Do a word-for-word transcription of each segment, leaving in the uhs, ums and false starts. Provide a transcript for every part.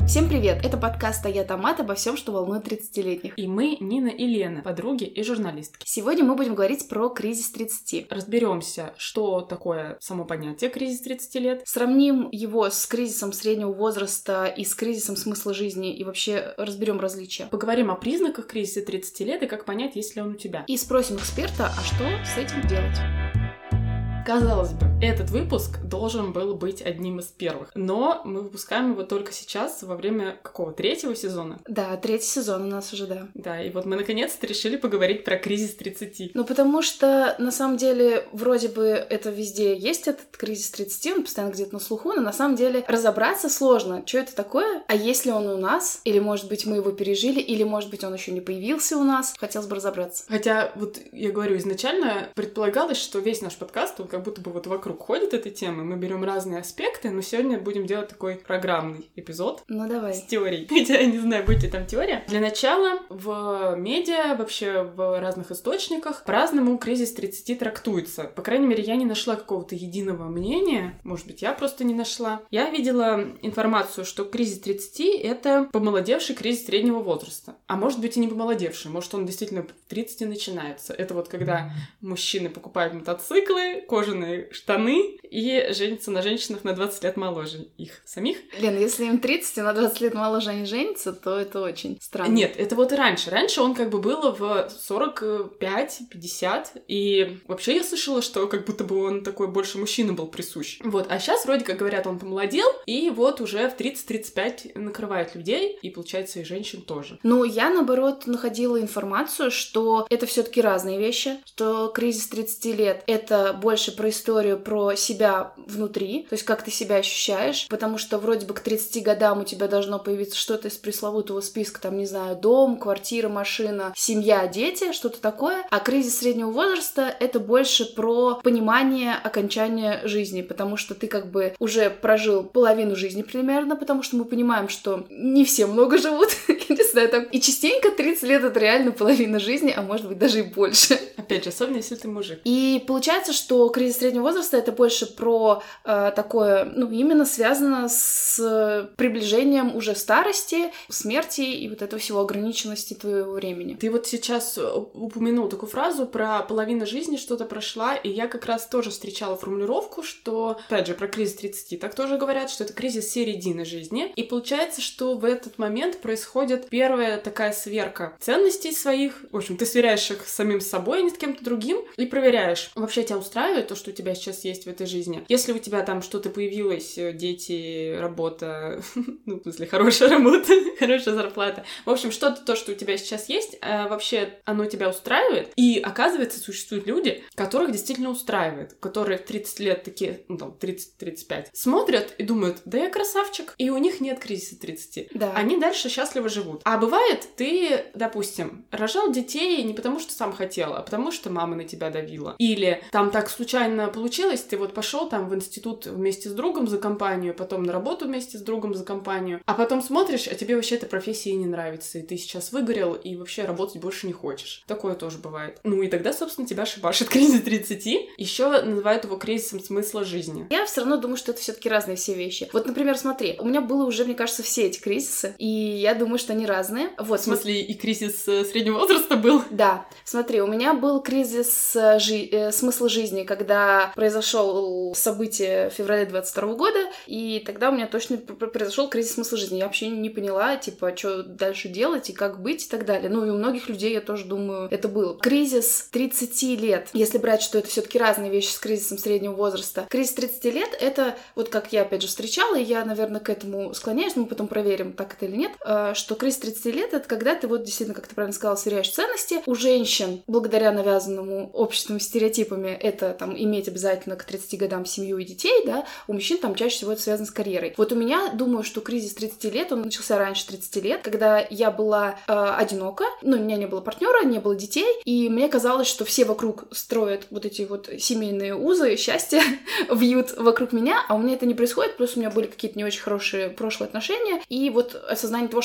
Всем привет! Это подкаст «А я Томат» обо всем, что волнует тридцатилетних. И мы, Нина и Лена, подруги и журналистки. Сегодня мы будем говорить про кризис тридцати. Разберемся, что такое само понятие кризис тридцати лет. Сравним его с кризисом среднего возраста и с кризисом смысла жизни, и вообще разберем различия. Поговорим о признаках кризиса тридцати лет и как понять, есть ли он у тебя. И спросим эксперта, а что с этим делать? Казалось бы, этот выпуск должен был быть одним из первых, но мы выпускаем его только сейчас, во время какого? Третьего сезона? Да, третий сезон у нас уже, да. Да, и вот мы наконец-то решили поговорить про кризис тридцати. Ну, потому что, на самом деле, вроде бы это везде есть, этот кризис тридцати, он постоянно где-то на слуху, но на самом деле разобраться сложно, что это такое, а есть ли он у нас, или, может быть, мы его пережили, или, может быть, он еще не появился у нас, хотелось бы разобраться. Хотя, вот я говорю, изначально предполагалось, что весь наш подкаст, он как будто бы вот вокруг ходит этой темы, мы берем разные аспекты, но сегодня будем делать такой программный эпизод. Ну, давай. С теорией. Хотя я не знаю, будет ли там теория. Для начала в медиа, вообще в разных источниках по-разному кризис тридцати трактуется. По крайней мере, я не нашла какого-то единого мнения. Может быть, я просто не нашла. Я видела информацию, что кризис тридцати — это помолодевший кризис среднего возраста. А может быть и не помолодевший. Может, он действительно в тридцати начинается. Это вот когда мужчины покупают мотоциклы, кожаные штаны и женятся на женщинах на двадцать лет моложе их самих. Лен, если им тридцать, и на двадцать лет моложе они женятся, то это очень странно. Нет, это вот и раньше. Раньше он как бы был в сорок пять - пятьдесят, и вообще я слышала, что как будто бы он такой больше мужчина был присущ. Вот, а сейчас вроде как говорят, он помолодел, и вот уже в тридцать - тридцать пять накрывает людей, и получается и женщин тоже. Ну, я, наоборот, находила информацию, что это все-таки разные вещи, что кризис тридцати лет — это больше про историю про себя внутри, то есть как ты себя ощущаешь, потому что вроде бы к тридцати годам у тебя должно появиться что-то из пресловутого списка, там, не знаю, дом, квартира, машина, семья, дети, что-то такое, а кризис среднего возраста — это больше про понимание окончания жизни, потому что ты как бы уже прожил половину жизни примерно, потому что мы понимаем, что не все много живут, не знаю, там, и частенько тридцать лет — это реально половина жизни, а может быть даже и больше. Опять же, особенно если ты мужик. И получается, что кризис среднего возраста — это больше про э, такое, ну, именно связано с приближением уже старости, смерти и вот этого всего, ограниченности твоего времени. Ты вот сейчас упомянул такую фразу про половину жизни что-то прошла, и я как раз тоже встречала формулировку, что, опять же, про кризис тридцати так тоже говорят, что это кризис середины жизни, и получается, что в этот момент происходит первая такая сверка ценностей своих, в общем, ты сверяешь их с самим собой, а не с кем-то другим, и проверяешь, вообще тебя устраивает то, что у тебя сейчас есть в этой жизни. Если у тебя там что-то появилось, дети, работа, ну, в смысле, хорошая работа, хорошая зарплата, в общем, что-то то, что у тебя сейчас есть, вообще оно тебя устраивает, и оказывается, существуют люди, которых действительно устраивает, которые в тридцать лет такие, ну, там, тридцать - тридцать пять, смотрят и думают, да я красавчик, и у них нет кризиса тридцати. Да. Они дальше счастливо живут. А бывает, ты, допустим, рожал детей не потому, что сам хотел, а потому, что мама на тебя давила. Или там так случайно получилось, ты вот пошел там в институт вместе с другом за компанию, потом на работу вместе с другом за компанию, а потом смотришь, а тебе вообще эта профессия не нравится, и ты сейчас выгорел, и вообще работать больше не хочешь. Такое тоже бывает. Ну и тогда, собственно, тебя шибашит кризис тридцати. Еще называют его кризисом смысла жизни. Я все равно думаю, что это все-таки разные все вещи. Вот, например, смотри, у меня было уже, мне кажется, все эти кризисы, и я думаю, что они разные. Вот, в смысле, и кризис среднего возраста был? Да. Смотри, у меня был кризис жи- э, смысла жизни, когда произошел событие в феврале двадцать второго года, и тогда у меня точно произошел кризис смысла жизни. Я вообще не поняла, типа, что дальше делать и как быть и так далее. Ну и у многих людей, я тоже думаю, это было. Кризис тридцати лет, если брать, что это все-таки разные вещи с кризисом среднего возраста. Кризис тридцати лет — это, вот как я опять же встречала, и я, наверное, к этому склоняюсь, мы потом проверим, так это или нет, что кризис тридцати лет — это когда ты вот действительно, как ты правильно сказала, сверяешь ценности. У женщин, благодаря навязанному обществом стереотипами, это там иметь обязательно к тридцати годам семью и детей, да, у мужчин там чаще всего это связано с карьерой. Вот у меня, думаю, что кризис тридцати лет, он начался раньше тридцати лет, когда я была э, одинока, ну, у меня не было партнера, не было детей, и мне казалось, что все вокруг строят вот эти вот семейные узы, счастье вьют вокруг меня, а у меня это не происходит, плюс у меня были какие-то не очень хорошие прошлые отношения, и вот осознание того, что все,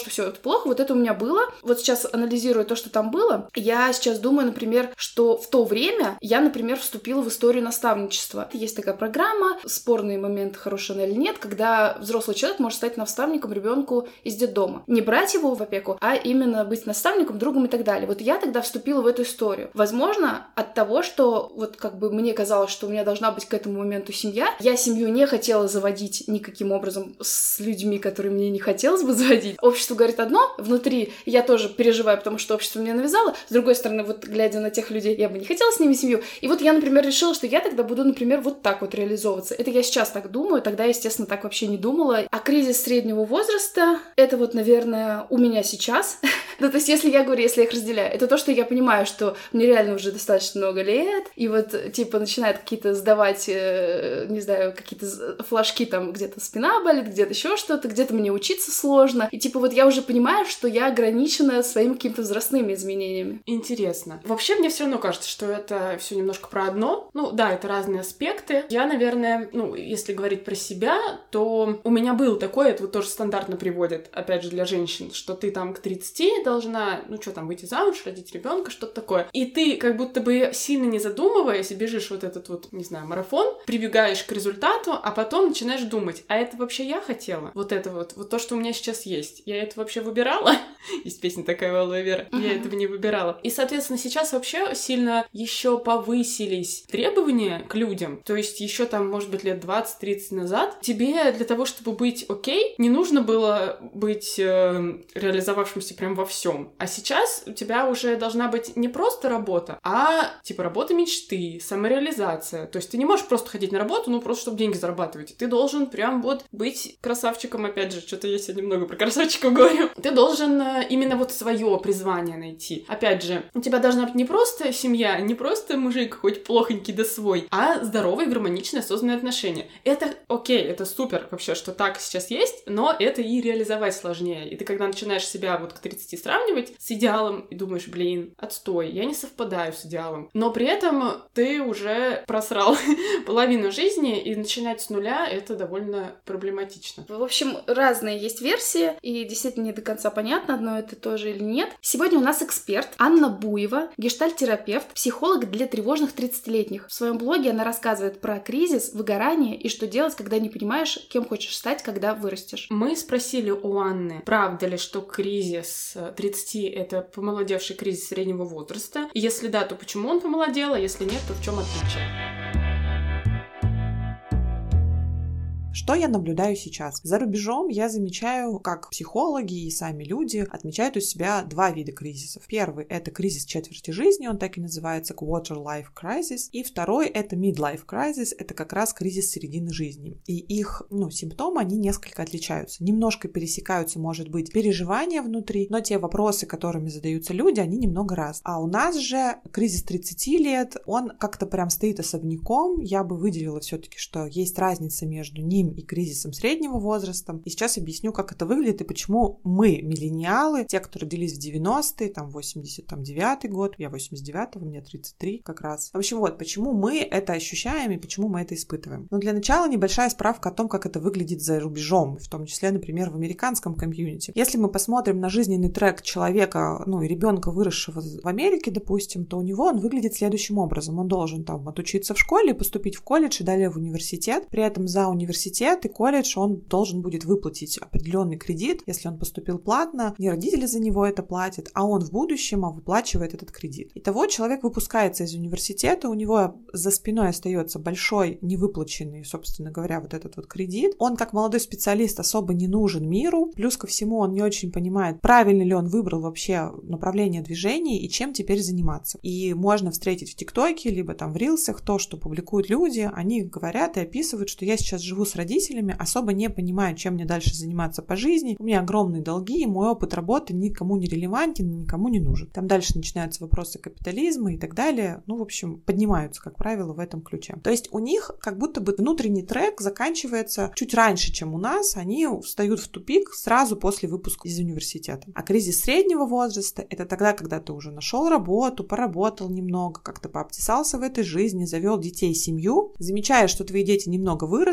плохо. Вот это у меня было. Вот сейчас, анализируя то, что там было, я сейчас думаю, например, что в то время я, например, вступила в историю наставничества. Есть такая программа, спорный момент, хороший она или нет, когда взрослый человек может стать наставником ребенку из детдома. Не брать его в опеку, а именно быть наставником, другом и так далее. Вот я тогда вступила в эту историю. Возможно, от того, что вот как бы мне казалось, что у меня должна быть к этому моменту семья, я семью не хотела заводить никаким образом с людьми, которые мне не хотелось бы заводить. Общество говорит одно, внутри я тоже переживаю, потому что общество мне навязало. С другой стороны, вот глядя на тех людей, я бы не хотела с ними семью. И вот я, например, решила, что я тогда буду, например, вот так вот реализовываться. Это я сейчас так думаю, тогда, естественно, так вообще не думала. А кризис среднего возраста, это вот, наверное, у меня сейчас. Ну, то есть, если я говорю, если я их разделяю, это то, что я понимаю, что мне реально уже достаточно много лет, и вот, типа, начинают какие-то сдавать, э, не знаю, какие-то флажки, там, где-то спина болит, где-то еще что-то, где-то мне учиться сложно. И, типа, вот я уже понимаю, что я ограничена своими какими-то возрастными изменениями. Интересно. Вообще, мне все равно кажется, что это все немножко про одно. Ну, да, это разные аспекты. Я, наверное, ну, если говорить про себя, то у меня был такой, это вот тоже стандартно приводит, опять же, для женщин, что ты там к тридцати должна, ну, что там, выйти замуж, родить ребенка, что-то такое. И ты, как будто бы сильно не задумываясь, бежишь вот этот вот, не знаю, марафон, прибегаешь к результату, а потом начинаешь думать, а это вообще я хотела? Вот это вот, вот то, что у меня сейчас есть. Я это вообще выбирала? Есть песня такая «Валая Вера». Я uh-huh. этого не выбирала. И, соответственно, сейчас вообще сильно еще повысились требования к людям. То есть еще там, может быть, лет двадцать-тридцать назад тебе для того, чтобы быть окей, не нужно было быть э, реализовавшимся прям во всем. А сейчас у тебя уже должна быть не просто работа, а типа работа мечты, самореализация. То есть ты не можешь просто ходить на работу, ну просто чтобы деньги зарабатывать. Ты должен прям вот быть красавчиком, опять же, что-то я сегодня много про красавчиков говорю. Ты должен э, именно вот свое призвание найти. Опять же, у тебя должна быть не просто семья, не просто мужик, хоть плохонький да свой, а здоровые, гармоничные, осознанные отношения. Это окей, это супер вообще, что так сейчас есть, но это и реализовать сложнее. И ты когда начинаешь себя вот к тридцати сравнивать с идеалом и думаешь, блин, отстой, я не совпадаю с идеалом. Но при этом ты уже просрал половину жизни, и начинать с нуля — это довольно проблематично. В общем, разные есть версии, и действительно не до конца понятно, одно это тоже или нет. Сегодня у нас эксперт Анна Буева, гештальт-терапевт, психолог для тревожных тридцатилетних. В своем блоге она рассказывает про кризис, выгорание и что делать, когда не понимаешь, кем хочешь стать, когда вырастешь. Мы спросили у Анны, правда ли, что кризис тридцати — это помолодевший кризис среднего возраста? И если да, то почему он помолодел, а если нет, то в чем отличие? Что я наблюдаю сейчас? За рубежом я замечаю, как психологи и сами люди отмечают у себя два вида кризисов. Первый — это кризис четверти жизни, он так и называется quarter life crisis. И второй — это midlife crisis, это как раз кризис середины жизни. И их, ну, симптомы, они несколько отличаются. Немножко пересекаются, может быть, переживания внутри, но те вопросы, которыми задаются люди, они немного разные. А у нас же кризис тридцати лет, он как-то прям стоит особняком. Я бы выделила все-таки, что есть разница между ним и кризисом среднего возраста. И сейчас объясню, как это выглядит и почему мы, миллениалы, те, кто родились в девяностые, там восемьдесят девятый год, я восемьдесят девятого, мне тридцать три как раз. В общем, вот, почему мы это ощущаем и почему мы это испытываем. Но для начала небольшая справка о том, как это выглядит за рубежом, в том числе, например, в американском комьюнити. Если мы посмотрим на жизненный трек человека, ну, и ребенка, выросшего в Америке, допустим, то у него он выглядит следующим образом. Он должен там отучиться в школе, поступить в колледж и далее в университет. При этом за университет и колледж он должен будет выплатить определенный кредит, если он поступил платно, не родители за него это платят, а он в будущем выплачивает этот кредит. Итого человек выпускается из университета, у него за спиной остается большой невыплаченный, собственно говоря, вот этот вот кредит. Он как молодой специалист особо не нужен миру, плюс ко всему он не очень понимает, правильно ли он выбрал вообще направление движения и чем теперь заниматься. И можно встретить в ТикТоке, либо там в Рилсах то, что публикуют люди, они говорят и описывают, что я сейчас живу с родителями, особо не понимаю, чем мне дальше заниматься по жизни, у меня огромные долги, мой опыт работы никому не релевантен, никому не нужен. Там дальше начинаются вопросы капитализма и так далее, ну, в общем, поднимаются, как правило, в этом ключе. То есть у них как будто бы внутренний трек заканчивается чуть раньше, чем у нас, они встают в тупик сразу после выпуска из университета. А кризис среднего возраста — это тогда, когда ты уже нашел работу, поработал немного, как-то пообтесался в этой жизни, завел детей, семью, замечаешь, что твои дети немного выросли, в том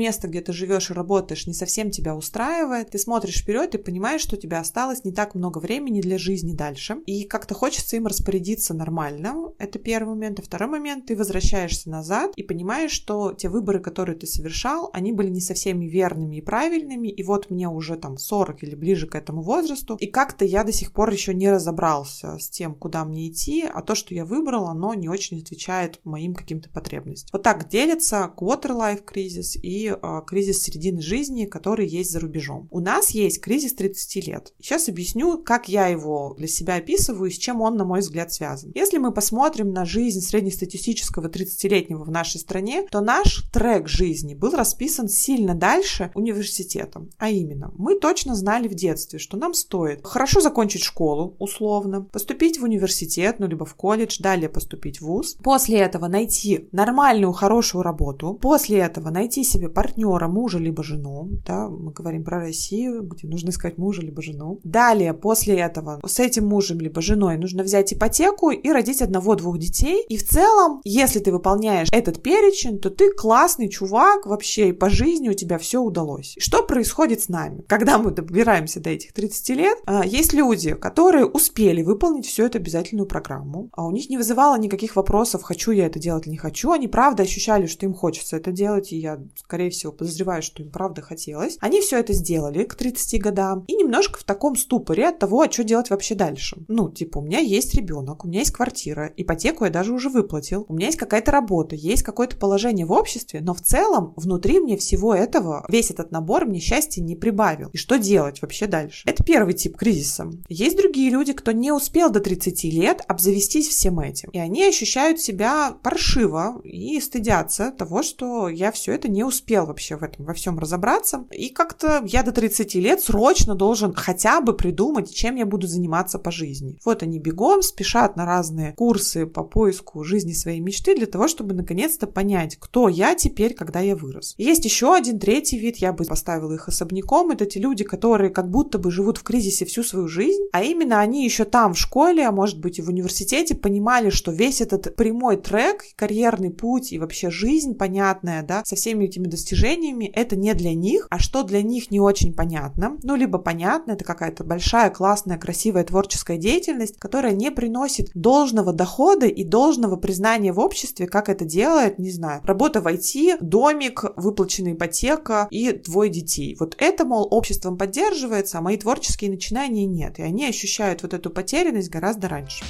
место, где ты живешь и работаешь, не совсем тебя устраивает, ты смотришь вперед и понимаешь, что у тебя осталось не так много времени для жизни дальше, и как-то хочется им распорядиться нормально. Это первый момент. И второй момент, ты возвращаешься назад и понимаешь, что те выборы, которые ты совершал, они были не совсем верными и правильными, и вот мне уже там сорок или ближе к этому возрасту, и как-то я до сих пор еще не разобрался с тем, куда мне идти, а то, что я выбрал, оно не очень отвечает моим каким-то потребностям. Вот так делится quarter-life кризис и э, кризис середины жизни, который есть за рубежом. У нас есть кризис тридцати лет. Сейчас объясню, как я его для себя описываю и с чем он, на мой взгляд, связан. Если мы посмотрим на жизнь среднестатистического тридцатилетнего в нашей стране, то наш трек жизни был расписан сильно дальше университетом. А именно, мы точно знали в детстве, что нам стоит хорошо закончить школу, условно, поступить в университет, ну, либо в колледж, далее поступить в вуз. После этого найти нормальную, хорошую работу. После этого найти себе партнера, мужа, либо жену. Да, мы говорим про Россию, где нужно искать мужа, либо жену. Далее, после этого, с этим мужем, либо женой нужно взять ипотеку и родить одного-двух детей. И в целом, если ты выполняешь этот перечень, то ты классный чувак вообще, и по жизни у тебя все удалось. Что происходит с нами? Когда мы добираемся до этих тридцати лет, есть люди, которые успели выполнить всю эту обязательную программу, а у них не вызывало никаких вопросов, хочу я это делать или не хочу. Они правда ощущали, что им хочется это делать, и я, скорее всего, подозреваю, что им правда хотелось. Они все это сделали к тридцати годам и немножко в таком ступоре от того, а что делать вообще дальше. Ну, типа, у меня есть ребенок, у меня есть квартира, ипотеку я даже уже выплатил, у меня есть какая-то работа, есть какое-то положение в обществе, но в целом внутри мне всего этого, весь этот набор мне счастья не прибавил. И что делать вообще дальше? Это первый тип кризиса. Есть другие люди, кто не успел до тридцати лет обзавестись всем этим. И они ощущают себя паршиво и стыдятся того, что я все это не успел вообще в этом во всем разобраться. И как-то я до тридцати лет срочно должен хотя бы придумать, чем я буду заниматься по жизни. Вот они бегом спешат на разные курсы по поиску жизни своей мечты для того, чтобы наконец-то понять, кто я теперь, когда я вырос. Есть еще один, третий вид, я бы поставила их особняком. Это те люди, которые как будто бы живут в кризисе всю свою жизнь, а именно они еще там в школе, а может быть и в университете понимали, что весь этот прямой трек, карьерный путь и вообще жизнь понятная, да, со всеми этими достижениями, это не для них, а что для них не очень понятно. Ну, либо понятно, это какая-то большая, классная, красивая творческая деятельность, которая не приносит должного дохода и должного признания в обществе, как это делает, не знаю, работа в ай ти, домик, выплаченная ипотека и двое детей. Вот это, мол, обществом поддерживается, а мои творческие начинания нет. И они ощущают вот эту потерянность гораздо раньше.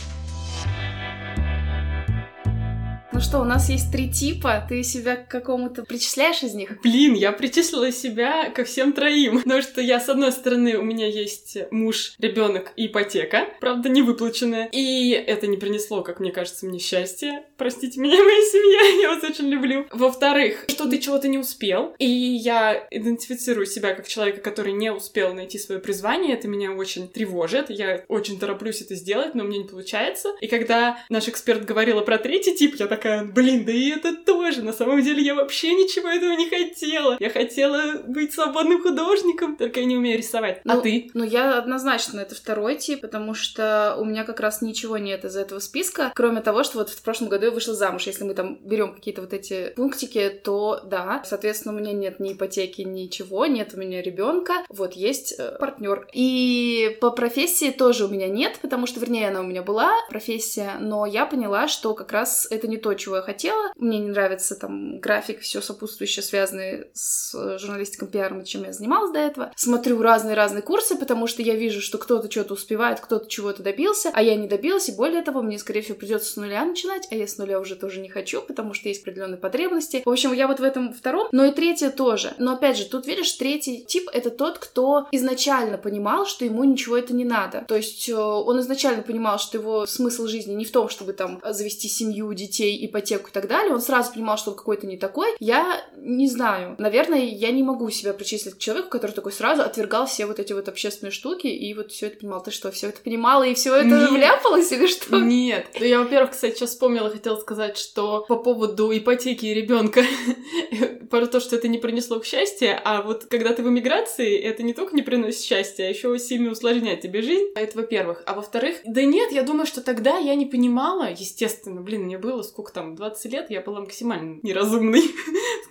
Ну что, у нас есть три типа, ты себя к какому-то причисляешь из них? Блин, я причислила себя ко всем троим, потому что я, с одной стороны, у меня есть муж, ребенок и ипотека, правда, не выплаченная, и это не принесло, как мне кажется, мне счастья. Простите меня, моя семья, я вас очень люблю. Во-вторых, что ты чего-то не успел, и я идентифицирую себя как человека, который не успел найти свое призвание, это меня очень тревожит, я очень тороплюсь это сделать, но мне не получается. И когда наш эксперт говорила про третий тип, я так такая, блин, да и это тоже. На самом деле я вообще ничего этого не хотела. Я хотела быть свободным художником, только я не умею рисовать. Ну, а ты? Ну, я однозначно, это второй тип, потому что у меня как раз ничего нет из этого списка, кроме того, что вот в прошлом году я вышла замуж. Если мы там берем какие-то вот эти пунктики, то да, соответственно, у меня нет ни ипотеки, ничего, нет у меня ребенка, вот есть э, партнер. И по профессии тоже у меня нет, потому что, вернее, она у меня была, профессия, но я поняла, что как раз это не то, чего я хотела. Мне не нравится там график, все сопутствующее, связанное с журналистикой, пиаром, чем я занималась до этого. Смотрю разные-разные курсы, потому что я вижу, что кто-то что-то успевает, кто-то чего-то добился, а я не добилась, и более того, мне, скорее всего, придется с нуля начинать, а я с нуля уже тоже не хочу, потому что есть определенные потребности. В общем, я вот в этом втором, но и третье тоже. Но опять же, тут, видишь, третий тип — это тот, кто изначально понимал, что ему ничего это не надо. То есть он изначально понимал, что его смысл жизни не в том, чтобы там завести семью, детей, ипотеку и так далее, он сразу понимал, что он какой-то не такой. Я не знаю. Наверное, я не могу себя причислить к человеку, который такой сразу отвергал все вот эти вот общественные штуки и вот все это понимал. Ты что, все это понимала и все это Нет. вляпалось или что? Нет. Я, во-первых, кстати, сейчас вспомнила, хотела сказать, что по поводу ипотеки и ребенка про то, что это не принесло счастья, а вот когда ты в эмиграции, это не только не приносит счастья, а еще сильно усложняет тебе жизнь. Это во-первых. А во-вторых, да нет, я думаю, что тогда я не понимала, естественно, блин, мне было сколько там, двадцать лет, я была максимально неразумной,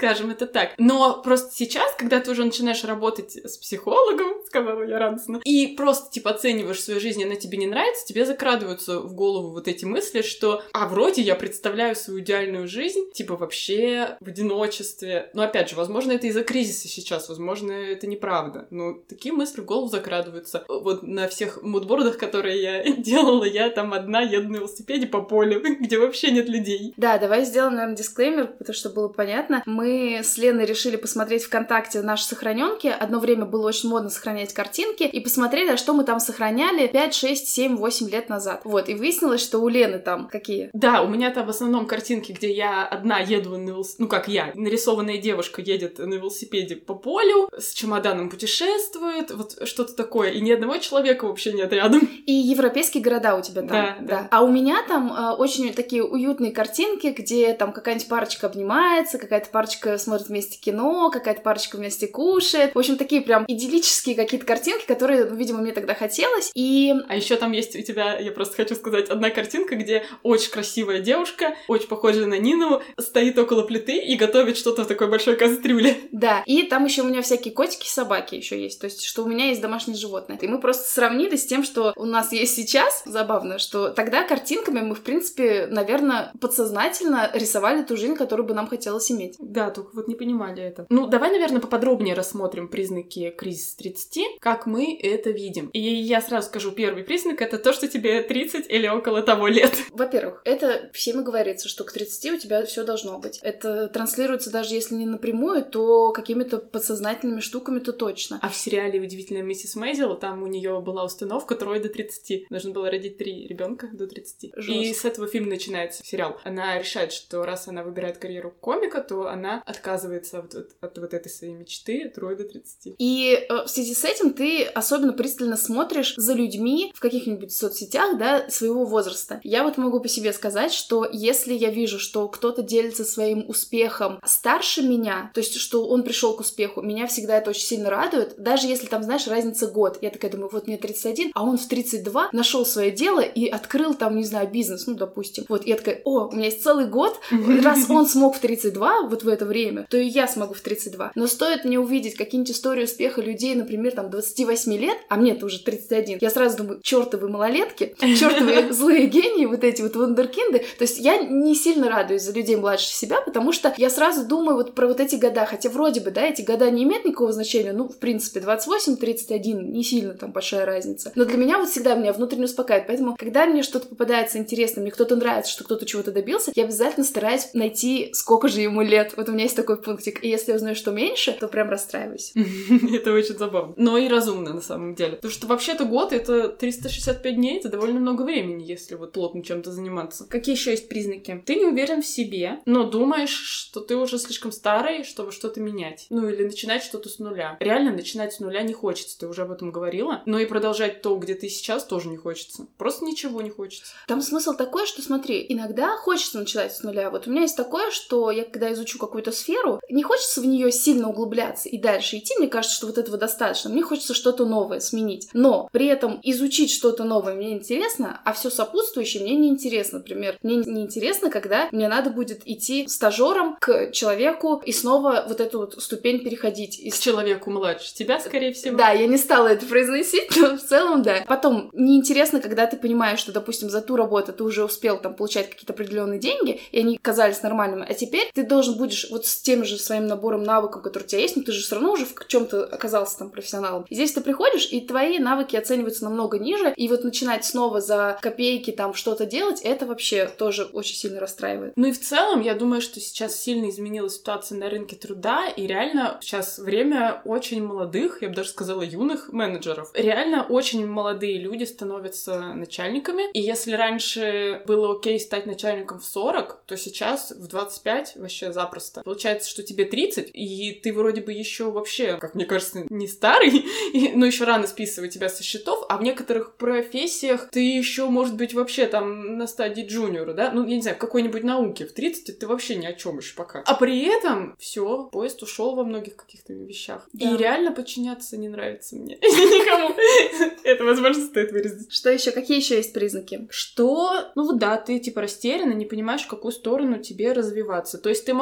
скажем это так. Но просто сейчас, когда ты уже начинаешь работать с психологом, сказала я радостно, и просто, типа, оцениваешь свою жизнь, и она тебе не нравится, тебе закрадываются в голову вот эти мысли, что, а вроде я представляю свою идеальную жизнь, типа, вообще в одиночестве. Но, опять же, возможно, это из-за кризиса сейчас, возможно, это неправда. Но такие мысли в голову закрадываются. Вот на всех мудбордах, которые я делала, я там одна еду на велосипеде по полю, где вообще нет людей. Да, давай сделаем, наверное, дисклеймер, потому что было понятно. Мы с Леной решили посмотреть ВКонтакте наши сохраненки. Одно время было очень модно сохранять картинки, и посмотрели, а что мы там сохраняли пять, шесть, семь, восемь лет назад. Вот, и выяснилось, что у Лены там какие? Да, у меня там в основном картинки, где я одна еду на велосипеде, ну как я, нарисованная девушка едет на велосипеде по полю, с чемоданом путешествует, вот что-то такое, и ни одного человека вообще нет рядом. И европейские города у тебя там. Да, да. да. А у меня там э, очень такие уютные картинки, где там какая-нибудь парочка обнимается, какая-то парочка смотрит вместе кино, какая-то парочка вместе кушает. В общем, такие прям идиллические какие-то картинки, которые, ну, видимо, мне тогда хотелось. И... А еще там есть у тебя, я просто хочу сказать, одна картинка, где очень красивая девушка, очень похожая на Нину, стоит около плиты и готовит что-то в такой большой кастрюле. Да, и там еще у меня всякие котики, собаки еще есть, то есть, что у меня есть домашние животные. И мы просто сравнили с тем, что у нас есть сейчас. Забавно, что тогда картинками мы, в принципе, наверное, подсознательно рисовали ту жизнь, которую бы нам хотелось иметь. Да, только вот не понимали это. Ну, давай, наверное, поподробнее рассмотрим признаки кризиса тридцати, как мы это видим. И я сразу скажу, первый признак — это то, что тебе тридцать или около того лет. Во-первых, это всем и говорится, что к тридцати у тебя все должно быть. Это транслируется даже если не напрямую, то какими-то подсознательными штуками-то точно. А в сериале «Удивительная миссис Мейзел» там у нее была установка трое до тридцати. Нужно было родить три ребенка до тридцати. Жестко. И с этого фильма начинается сериал. Она решает, что раз она выбирает карьеру комика, то она отказывается от, от, от вот этой своей мечты трое до тридцати. И э, в связи с этим ты особенно пристально смотришь за людьми в каких-нибудь соцсетях, да, своего возраста. Я вот могу по себе сказать, что если я вижу, что кто-то делится своим успехом старше меня, то есть, что он пришел к успеху, меня всегда это очень сильно радует, даже если там, знаешь, разница год. Я такая думаю, вот мне тридцать один, а он в тридцать два нашел свое дело и открыл там, не знаю, бизнес, ну, допустим. Вот, я такая, о, у меня есть целый год, раз он смог в тридцать два, вот в это время, то и я смогу в тридцать два. Но стоит мне увидеть какие-нибудь истории успеха людей, например, там, двадцати восьми лет, а мне-то уже тридцать один, я сразу думаю, чертовы малолетки, чертовы злые гении, вот эти вот вундеркинды. То есть я не сильно радуюсь за людей младше себя, потому что я сразу думаю вот про вот эти года, хотя вроде бы, да, эти года не имеют никакого значения, ну, в принципе, двадцать восемь тридцать один, не сильно там большая разница. Но для меня вот всегда меня внутренне успокаивает, поэтому, когда мне что-то попадается интересно, мне кто-то нравится, что кто-то чего-то добился, я обязательно стараюсь найти, сколько же ему лет. Вот у меня есть такой пунктик, и если я узнаю, что меньше, то прям расстраиваюсь. Это очень забавно. Но и разумно, на самом деле. Потому что вообще-то год — это триста шестьдесят пять дней, это довольно много времени, если вот плотно чем-то заниматься. Какие еще есть признаки? Ты не уверен в себе, но думаешь, что ты уже слишком старый, чтобы что-то менять. Ну, или начинать что-то с нуля. Реально начинать с нуля не хочется, ты уже об этом говорила. Но и продолжать то, где ты сейчас, тоже не хочется. Просто ничего не хочется. Там смысл такой, что, смотри, иногда хочется начинать с нуля. Вот у меня есть такое, что я, когда изучу какую-то сферу, не хочется в нее сильно углубляться и дальше идти. Мне кажется, что вот этого достаточно. Мне хочется что-то новое сменить. Но при этом изучить что-то новое мне интересно, а все сопутствующее мне неинтересно. Например, мне неинтересно, когда мне надо будет идти стажером к человеку и снова вот эту вот ступень переходить. К человеку младше тебя, скорее всего. Да, я не стала это произносить, но в целом, да. Потом, неинтересно, когда ты понимаешь, что, допустим, за ту работу ты уже успел там получать какие-то определенные деньги, и они казались нормальными, а теперь ты должен будешь вот с тем же своим набором навыков, который у тебя есть, но ты же все равно уже в чем-то оказался там профессионалом. И здесь ты приходишь, и твои навыки оцениваются намного ниже, и вот начинать снова за копейки там что-то делать, это вообще тоже очень сильно расстраивает. Ну и в целом, я думаю, что сейчас сильно изменилась ситуация на рынке труда, и реально сейчас время очень молодых, я бы даже сказала, юных менеджеров. Реально очень молодые люди становятся начальниками, и если раньше было окей стать начальником в сорок, то сейчас в двадцать пять вообще запросто. Получается, что тебе тридцать, и ты вроде бы еще вообще, как мне кажется, не старый, но еще рано списывать тебя со счетов, а в некоторых профессиях ты еще, может быть, вообще там на стадии джуниора, да? Ну, я не знаю, в какой-нибудь науке. В тридцать ты вообще ни о чем еще пока. А при этом все, поезд ушел во многих каких-то вещах. Да. И реально подчиняться не нравится мне. Никому. Это, возможно, стоит вырезать. Что еще? Какие еще есть признаки? Что, ну вот да, ты типа растеряна, не понимаешь, в какую сторону тебе развиваться. То есть ты, может быть, и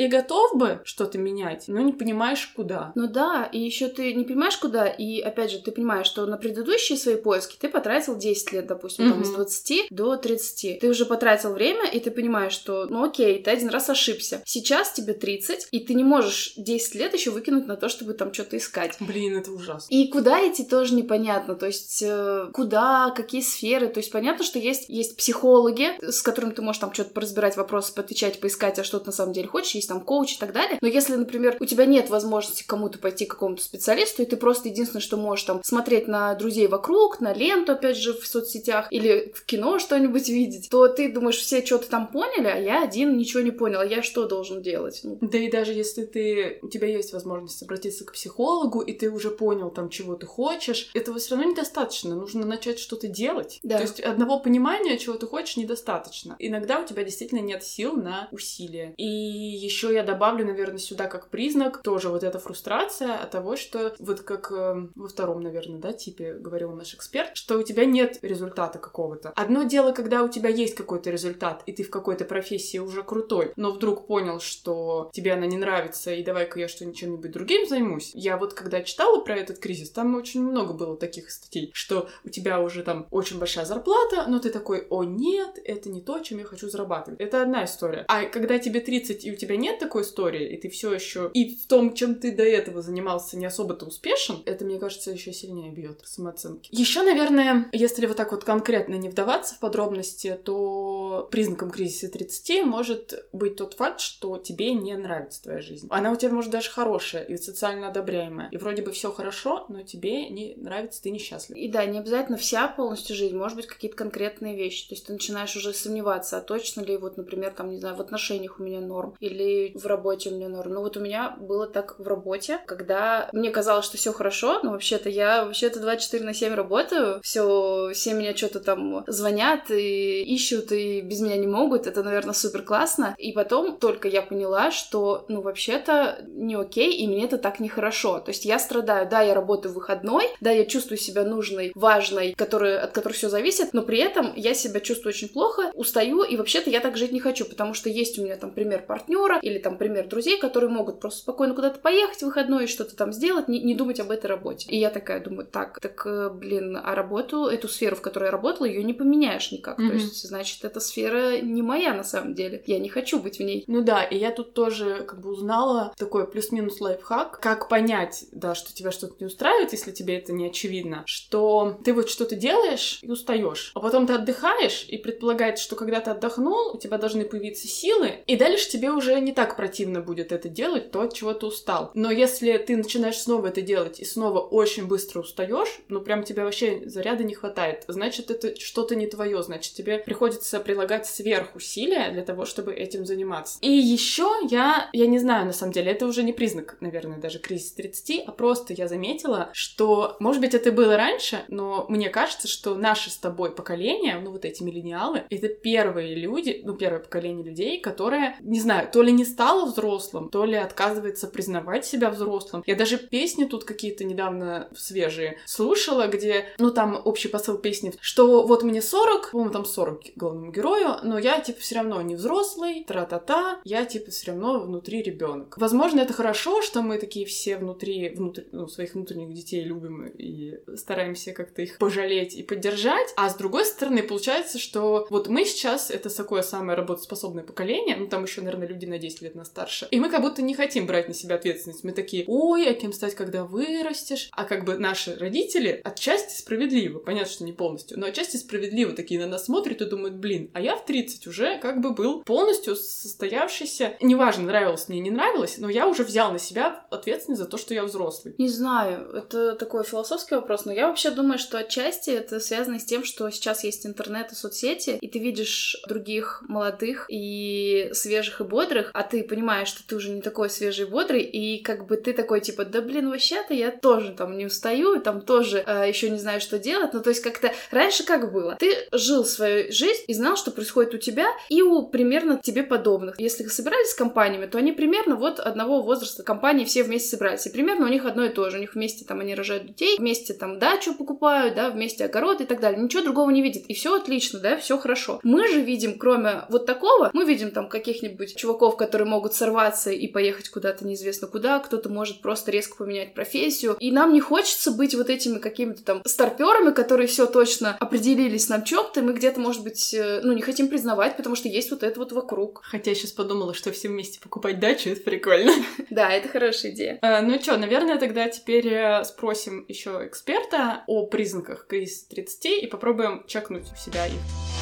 скорее готов бы что-то менять, но не понимаешь, куда. Ну да, и еще ты не понимаешь, куда, и опять же, ты понимаешь, что на предыдущие свои поиски ты потратил десять лет, допустим, mm-hmm. там, с двадцати до тридцати. Ты уже потратил время, и ты понимаешь, что, ну окей, ты один раз ошибся. Сейчас тебе тридцать, и ты не можешь десять лет еще выкинуть на то, чтобы там что-то искать. Блин, это ужасно. И куда идти тоже непонятно, то есть э, куда, какие сферы, то есть понятно, что есть, есть психологи, с которыми ты можешь там что-то поразбирать, вопросы поотвечать, поискать, а что ты на самом деле хочешь, есть там коуч и так далее, но если, например, у тебя нет возможности к кому-то пойти, к какому-то специалисту, и ты просто единственное, что можешь там смотреть на друзей вокруг, на ленту, опять же, в соцсетях, или в кино что-нибудь видеть, то ты думаешь, все что-то там поняли, а я один ничего не понял, а я что должен делать? Ну. Да и даже если ты, у тебя есть возможность обратиться к психологу, и ты уже понял там, чего ты хочешь, этого все равно недостаточно, нужно начать что-то делать. Да. То есть одного понимания, чего ты хочешь, недостаточно. Иногда у тебя действительно нет сил на усилия. И еще я добавлю, наверное, сюда как признак тоже вот эта фрустрация от того, что вот как э, во втором, наверное, да, типе говорил наш эксперт, что у тебя нет результата какого-то. Одно дело, когда у тебя есть какой-то результат, и ты в какой-то профессии уже крутой, но вдруг понял, что тебе она не нравится, и давай-ка я что-нибудь чем-нибудь другим займусь. Я вот когда читала про этот кризис, там очень много было таких статей, что у тебя уже там очень большая зарплата, но ты такой: о нет, это не то, чем я хочу зарабатывать. Это одна история. А когда тебе тридцать, и у тебя нет такой истории, и ты все еще и в том, чем ты до этого занимался, не особо-то успешен, это, мне кажется, еще сильнее бьет по самооценке. Еще, наверное, если вот так вот конкретно не вдаваться в подробности, то признаком кризиса тридцати может быть тот факт, что тебе не нравится твоя жизнь. Она у тебя, может, даже хорошая и социально одобряемая. И вроде бы все хорошо, но тебе не нравится, ты несчастлив. И да, не обязательно вся полностью жизнь, может быть, какие-то конкретные вещи. То есть ты начинаешь уже сомневаться, а точно ли вот, например, там, не знаю, в отношениях у меня норм, или в работе у меня норм. Ну вот у меня было так в работе, когда мне казалось, что все хорошо, но вообще-то я вообще-то двадцать четыре на семь работаю, все, все меня что-то там звонят и ищут, и без меня не могут. Это, наверное, супер классно. И потом только я поняла, что, ну, вообще-то не окей, и мне это так нехорошо. То есть я страдаю, да, я работаю в выходной, да, я чувствую себя нужной, важной, который, от которой все зависит, но при этом я себя чувствую очень плохо, устаю, и вообще-то я так жить не хочу, потому что есть у меня там пример партнера или там пример друзей, которые могут просто спокойно куда-то поехать в выходной и что-то там сделать, не, не думать об этой работе. И я такая думаю, так, так, блин, а работу, эту сферу, в которой я работала, ее не поменяешь никак. Mm-hmm. То есть, значит, эта сфера не моя на самом деле. Я не хочу быть в ней. Ну да, и я тут тоже как бы узнала такой плюс-минус лайфхак, как понять, да, что тебя что-то не устраивает, если тебе это не очевидно, что ты вот что-то делаешь и устаешь, а потом ты отдыхаешь, и предполагается, что когда ты отдохнул, у тебя должны появиться силы, и дальше тебе уже не так противно будет это делать, то, от чего ты устал. Но если ты начинаешь снова это делать и снова очень быстро устаешь, ну прям тебе вообще заряда не хватает, значит, это что-то не твое, значит, тебе приходится прилагать сверхусилия для того, чтобы этим заниматься. И еще я, я не знаю, на самом деле, это уже не признак, наверное, даже кризиса тридцати, а просто я заметила, что, может быть, это было раньше, но мне кажется, что наше с тобой поколение, ну вот эти миллениалы, это первые люди, ну первое поколение людей, которое, не знаю, то ли не стало взрослым, то ли отказывается признавать себя взрослым. Я даже песни тут какие-то недавно свежие слушала, где, ну там общий посыл песни, что вот мне сорок, по-моему, там сорок главному герою, но я типа все равно не взрослый, тра-та-та, я типа все равно внутри ребенок. Возможно, это хорошо, что мы такие все внутри, внутри ну, своих внутренних детей любим и стараемся как-то их пожалеть и поддержать, а с другой стороны, получается, что вот мы сейчас, это такое самое работоспособное поколение, ну там еще, наверное, люди на десять лет нас старше, и мы как будто не хотим брать на себя ответственность. Мы такие: ой, а кем стать, когда вырастешь? А как бы наши родители отчасти справедливо, понятно, что не полностью, но отчасти справедливо такие на нас смотрят и думают: блин, а я в тридцать уже как бы был полностью состоявшийся, неважно, нравилось мне, не нравилось, но я уже взял на себя ответственность за то, что я взрослый. Не знаю, это такой философский вопрос, но я вообще думаю, что отчасти это связано с тем, что сейчас есть интернет и соцсети, и ты видишь других молодых и свежих и бодрых, а ты понимаешь, что ты уже не такой свежий и бодрый, и как бы ты такой типа: да блин, вообще-то я тоже там не устаю, и там тоже э, еще не знаю, что делать. Ну то есть как-то раньше как было? Ты жил свою жизнь и знал, что происходит у тебя и у примерно тебе подобных. Если собирались с компаниями, то они примерно вот одного возраста компании все вместе собирались, и примерно у них одно и то же. У них вместе там они рожают детей, вместе там дачу покупают, да, вместе огород и так далее. Ничего другого не видит. И все отлично, да, все хорошо. Мы же видим, кроме вот такого, мы видим там каких-нибудь чуваков, которые могут сорваться и поехать куда-то неизвестно куда, кто-то может просто резко поменять профессию. И нам не хочется быть вот этими какими-то там старпёрами, которые все точно определились на чём-то, и мы где-то, может быть, ну, не хотим признавать, потому что есть вот это вот вокруг. Хотя я сейчас подумала, что все вместе покупать дачу, это прикольно. Да, это хорошая идея. Ну что, наверное, тогда теперь спросим еще эксперта о признаках кризиса тридцати и попробуем чекнуть у себя их.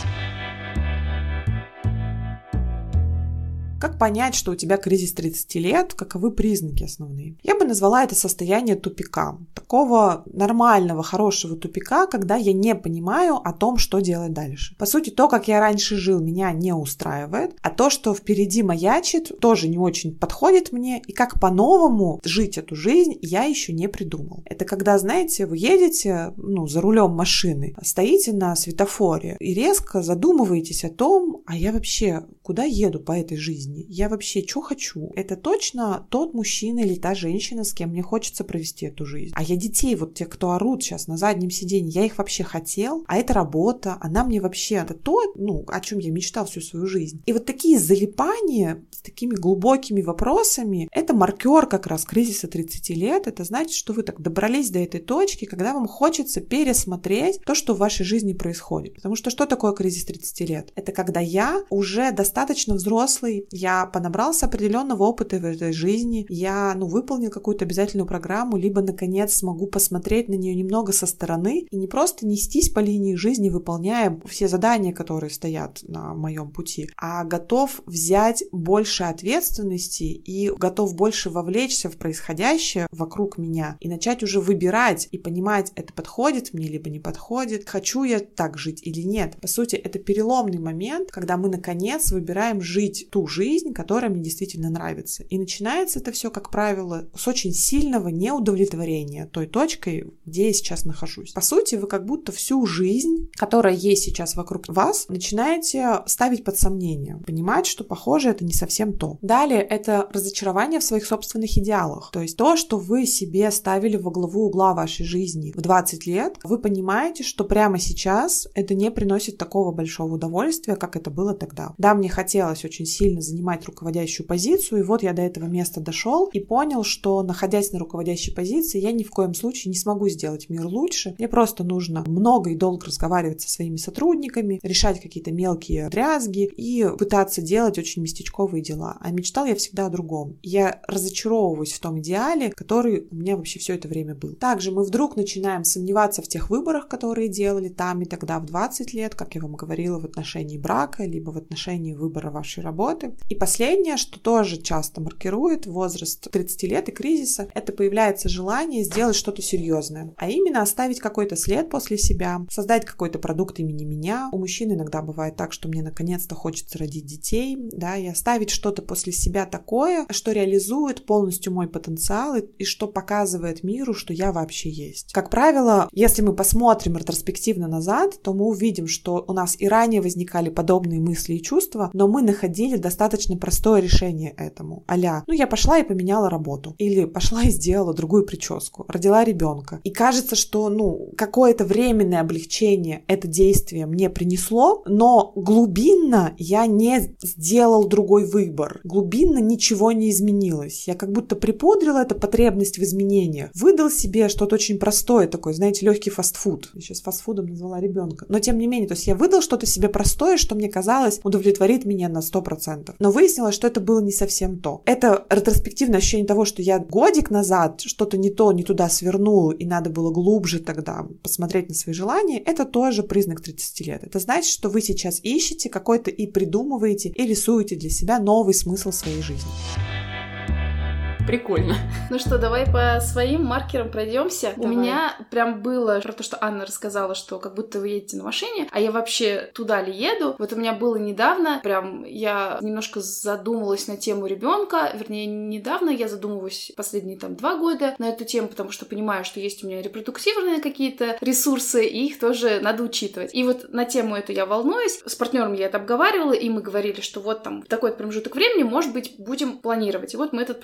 Как понять, что у тебя кризис тридцати лет? Каковы признаки основные? Я бы назвала это состояние тупика. Такого нормального, хорошего тупика, когда я не понимаю о том, что делать дальше. По сути, то, как я раньше жил, меня не устраивает, а то, что впереди маячит, тоже не очень подходит мне, и как по-новому жить эту жизнь я еще не придумал. Это когда, знаете, вы едете, ну, за рулем машины, стоите на светофоре и резко задумываетесь о том, а я вообще куда еду по этой жизни? Я вообще что хочу? Это точно тот мужчина или та женщина, с кем мне хочется провести эту жизнь. А я детей, вот те, кто орут сейчас на заднем сиденье, я их вообще хотел, а это работа, она мне вообще, это то, ну, о чем я мечтал всю свою жизнь. И вот такие залипания с такими глубокими вопросами, это маркер как раз кризиса тридцати лет, это значит, что вы так добрались до этой точки, когда вам хочется пересмотреть то, что в вашей жизни происходит. Потому что что такое кризис тридцати лет? Это когда я уже достаточно взрослый, я понабрался определенного опыта в этой жизни, я, ну, выполнил какую-то обязательную программу, либо, наконец, смогу посмотреть на нее немного со стороны и не просто нестись по линии жизни, выполняя все задания, которые стоят на моем пути, а готов взять больше ответственности и готов больше вовлечься в происходящее вокруг меня и начать уже выбирать и понимать, это подходит мне, либо не подходит, хочу я так жить или нет. По сути, это переломный момент, когда мы, наконец, выбираем жить ту жизнь, которая мне действительно нравится. И начинается это все, как правило, с очень сильного неудовлетворения той точкой, где я сейчас нахожусь. По сути, вы как будто всю жизнь, которая есть сейчас вокруг вас, начинаете ставить под сомнение, понимать, что, похоже, это не совсем то. Далее, это разочарование в своих собственных идеалах. То есть то, что вы себе ставили во главу угла вашей жизни в двадцать лет, вы понимаете, что прямо сейчас это не приносит такого большого удовольствия, как это было тогда. Да, мне хотелось очень сильно занимать руководящую позицию, и вот я до этого места дошел и понял, что, находясь на руководящей позиции, я ни в коем случае не смогу сделать мир лучше. Мне просто нужно много и долго разговаривать со своими сотрудниками, решать какие-то мелкие дрязги и пытаться делать очень местечковые дела. А мечтал я всегда о другом. Я разочаровываюсь в том идеале, который у меня вообще все это время был. Также мы вдруг начинаем сомневаться в тех выборах, которые делали там и тогда в двадцать лет, как я вам говорила, в отношении брака, либо в отношении выбора вашей работы. И последнее, что тоже часто маркирует возраст тридцати лет и кризиса, это появляется желание сделать что-то серьезное, а именно оставить какой-то след после себя, создать какой-то продукт имени меня. У мужчин иногда бывает так, что мне наконец-то хочется родить детей, да, и оставить что-то после себя такое, что реализует полностью мой потенциал и, и что показывает миру, что я вообще есть. Как правило, если мы посмотрим ретроспективно назад, то мы увидим, что у нас и ранее возникали подобные мысли и чувства, но мы находили достаточно простое решение этому. А-ля, ну я пошла и поменяла работу. Или пошла и сделала другую прическу. Родила ребенка. И кажется, что, ну, какое-то временное облегчение это действие мне принесло, но глубинно я не сделал другой выбор. Глубинно ничего не изменилось. Я как будто припудрила эту потребность в изменениях. Выдал себе что-то очень простое такое, знаете, легкий фастфуд. Я сейчас фастфудом назвала ребенка. Но тем не менее, то есть я выдал что-то себе простое, что мне казалось удовлетворит меня на сто процентов. Но выяснилось, что это было не совсем то. Это ретроспективное ощущение того, что я годик назад что-то не то, не туда свернул, и надо было глубже тогда посмотреть на свои желания, это тоже признак тридцати лет. Это значит, что вы сейчас ищете какой-то и придумываете, и рисуете для себя новый смысл своей жизни. Прикольно. Ну что, давай по своим маркерам пройдемся. Давай. У меня прям было про то, что Анна рассказала, что как будто вы едете на машине, а я вообще туда ли еду. Вот у меня было недавно, прям я немножко задумалась на тему ребенка, вернее, недавно я задумываюсь последние там два года на эту тему, потому что понимаю, что есть у меня репродуктивные какие-то ресурсы, и их тоже надо учитывать. И вот на тему эту я волнуюсь. С партнером я это обговаривала, и мы говорили, что вот там в такой промежуток времени, может быть, будем планировать. И вот мы этот промежуток времени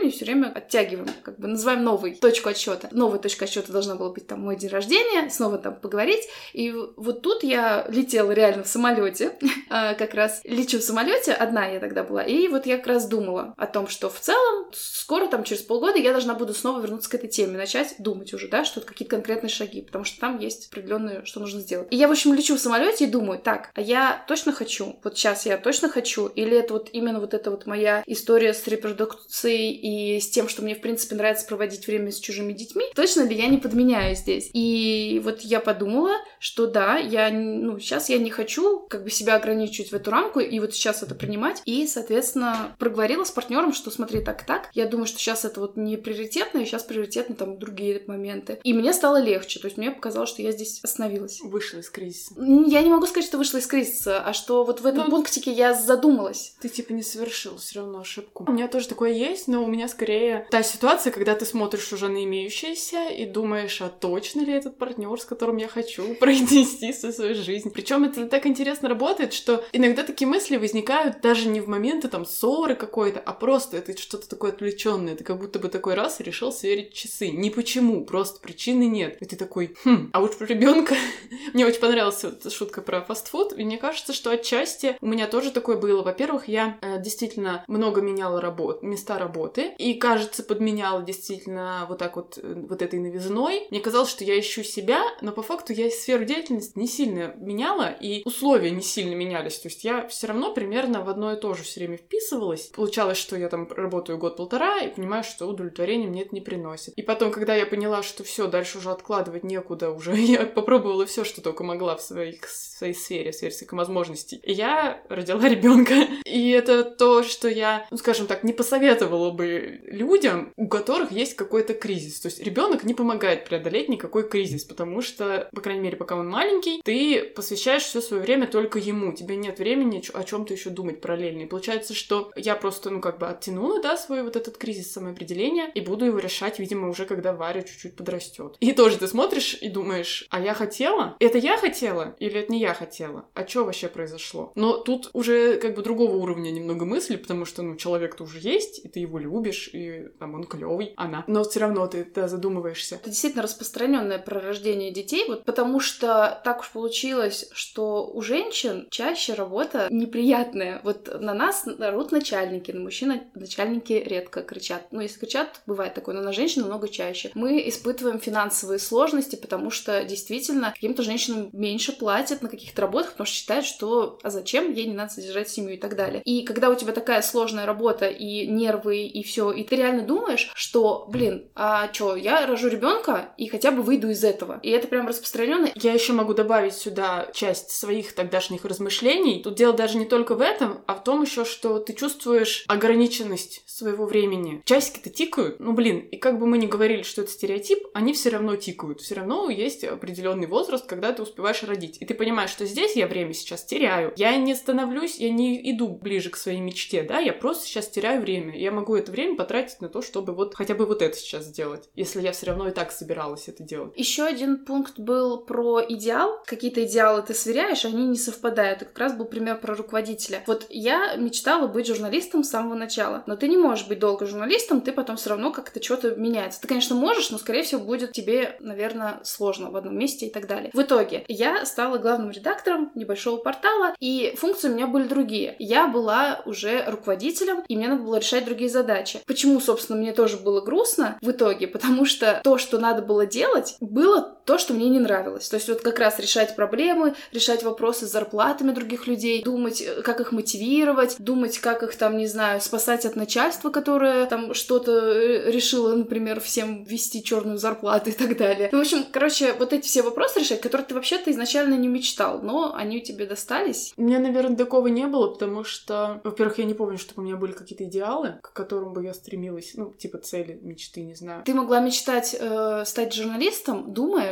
времени все время оттягиваем, как бы называем новой точку отсчета. Новая точка отсчета должна была быть там мой день рождения, снова там поговорить. И вот тут я летела реально в самолете, как раз лечу в самолете, одна я тогда была, и вот я как раз думала о том, что в целом скоро, там, через полгода я должна буду снова вернуться к этой теме, начать думать уже, да, что-то, какие-то конкретные шаги, потому что там есть определенные, что нужно сделать. И я, в общем, лечу в самолете и думаю, так, а я точно хочу, вот сейчас я точно хочу, или это вот именно вот эта вот моя история с репродукцией и с тем, что мне, в принципе, нравится проводить время с чужими детьми, точно ли я не подменяю здесь? И вот я подумала, что да, я, ну, сейчас я не хочу как бы себя ограничивать в эту рамку, и вот сейчас это принимать, и, соответственно, проговорила с партнером, что смотри, так-так, я думаю, что сейчас это вот не приоритетно, и сейчас приоритетны там другие моменты. И мне стало легче, то есть мне показалось, что я здесь остановилась. Вышла из кризиса. Я не могу сказать, что вышла из кризиса, а что вот в этом ну, пунктике я задумалась. Ты типа не совершил все равно ошибку. У меня тоже такое есть, но у меня скорее та ситуация, когда ты смотришь уже на имеющееся и думаешь, а точно ли этот партнер, с которым я хочу провести всю свою жизнь. Причем это так интересно работает, что иногда такие мысли возникают даже не в моменты там ссоры какой-то, а просто это что-то такое отвлеченное. Ты как будто бы такой раз и решил сверить часы. Не почему, просто причины нет. И ты такой, хм, а уж про ребенка. Мне очень понравилась эта шутка про фастфуд. И мне кажется, что отчасти у меня тоже такое было. Во-первых, я э, действительно много меняла работ, места работы. И, кажется, подменяла действительно вот так вот, э, вот этой новизной. Мне казалось, что я ищу себя, но по факту я сферу деятельности не сильно меняла, и условия не сильно менялись. То есть я все равно примерно в одно и то же все время вписывалась. Получалось, что я там работаю год-полтора и понимаю, что удовлетворение мне это не приносит. И потом, когда я поняла, что все, дальше уже откладывать некуда, уже я попробовала все, что только могла в, своих, в своей сфере, в сфере своих возможностей. И я родила ребенка. И это то, что я, ну, скажем так, не посоветовала бы людям, у которых есть какой-то кризис. То есть ребенок не помогает преодолеть никакой кризис, потому что, по крайней мере, пока он маленький, ты посвящаешь все свое время только ему. Тебе нет времени о чем-то еще думать параллельно. И получается, что я просто, ну, как бы оттянула, да, свой вот этот кризис самоопределения и буду его решать, видимо, уже когда Варя чуть-чуть подрастет. И тоже ты смотришь и думаешь, а я хотела? Это я хотела? Или это не я хотела? А что вообще произошло? Но тут уже как бы другого уровня немного мысли, потому что, ну, человек-то уже есть, и ты его любишь, и там он клевый, она. Но все равно ты, да, задумываешься. Это действительно распространенное про рождение детей, вот потому что так уж получилось, что у женщин чаще работа неприятная. Вот на нас орут начальники, на мужчин начальники редко кричат. Ну, если кричат, бывает такое, но на женщин намного чаще. Мы испытываем финансовые сложности, потому что действительно каким-то женщинам меньше платят на каких-то работах, потому что считают, что а зачем, ей не надо содержать семью и так далее. И когда у тебя такая сложная работа и нервы, и все, и ты реально думаешь, что, блин, а чё, я рожу ребенка и хотя бы выйду из этого. И это прям распространенно. Я еще могу добавить сюда часть своих тогдашних размышлений. Тут дело даже не только в этом, а в том еще, что ты чувствуешь ограниченность своего времени. Часики-то тикают, ну блин, и как бы мы ни говорили, что это стереотип, они все равно тикают. Все равно есть определенный возраст, когда ты успеваешь родить. И ты понимаешь, что здесь я время сейчас теряю. Я не становлюсь, я не иду ближе к своей мечте, да, я просто сейчас теряю время. Я могу это время потратить на то, чтобы вот хотя бы вот это сейчас сделать, если я все равно и так собиралась это делать. Еще один пункт был про идеал. Какие-то идеалы ты сверяешь, они не совпадают. И как раз был пример про руководителя. Вот я мечтала быть журналистом с самого начала, но ты не можешь быть долго журналистом, ты потом все равно как-то что-то меняется. Ты, конечно, можешь, но, скорее всего, будет тебе, наверное, сложно в одном месте и так далее. В итоге я стала главным редактором небольшого портала, и функции у меня были другие. Я была уже руководителем, и мне надо было решать другие задачи. Почему, собственно, мне тоже было грустно в итоге? Потому что то, что надо было делать, было то, что мне не нравилось. То есть вот как раз решать проблемы, решать вопросы с зарплатами других людей, думать, как их мотивировать, думать, как их там, не знаю, спасать от начальства, которое там что-то решило, например, всем ввести черную зарплату и так далее. Ну, в общем, короче, вот эти все вопросы решать, которые ты вообще-то изначально не мечтал, но они тебе достались. У меня, наверное, такого не было, потому что, во-первых, я не помню, чтобы у меня были какие-то идеалы, к которым бы я стремилась, ну, типа цели, мечты, не знаю. Ты могла мечтать э, стать журналистом, думая,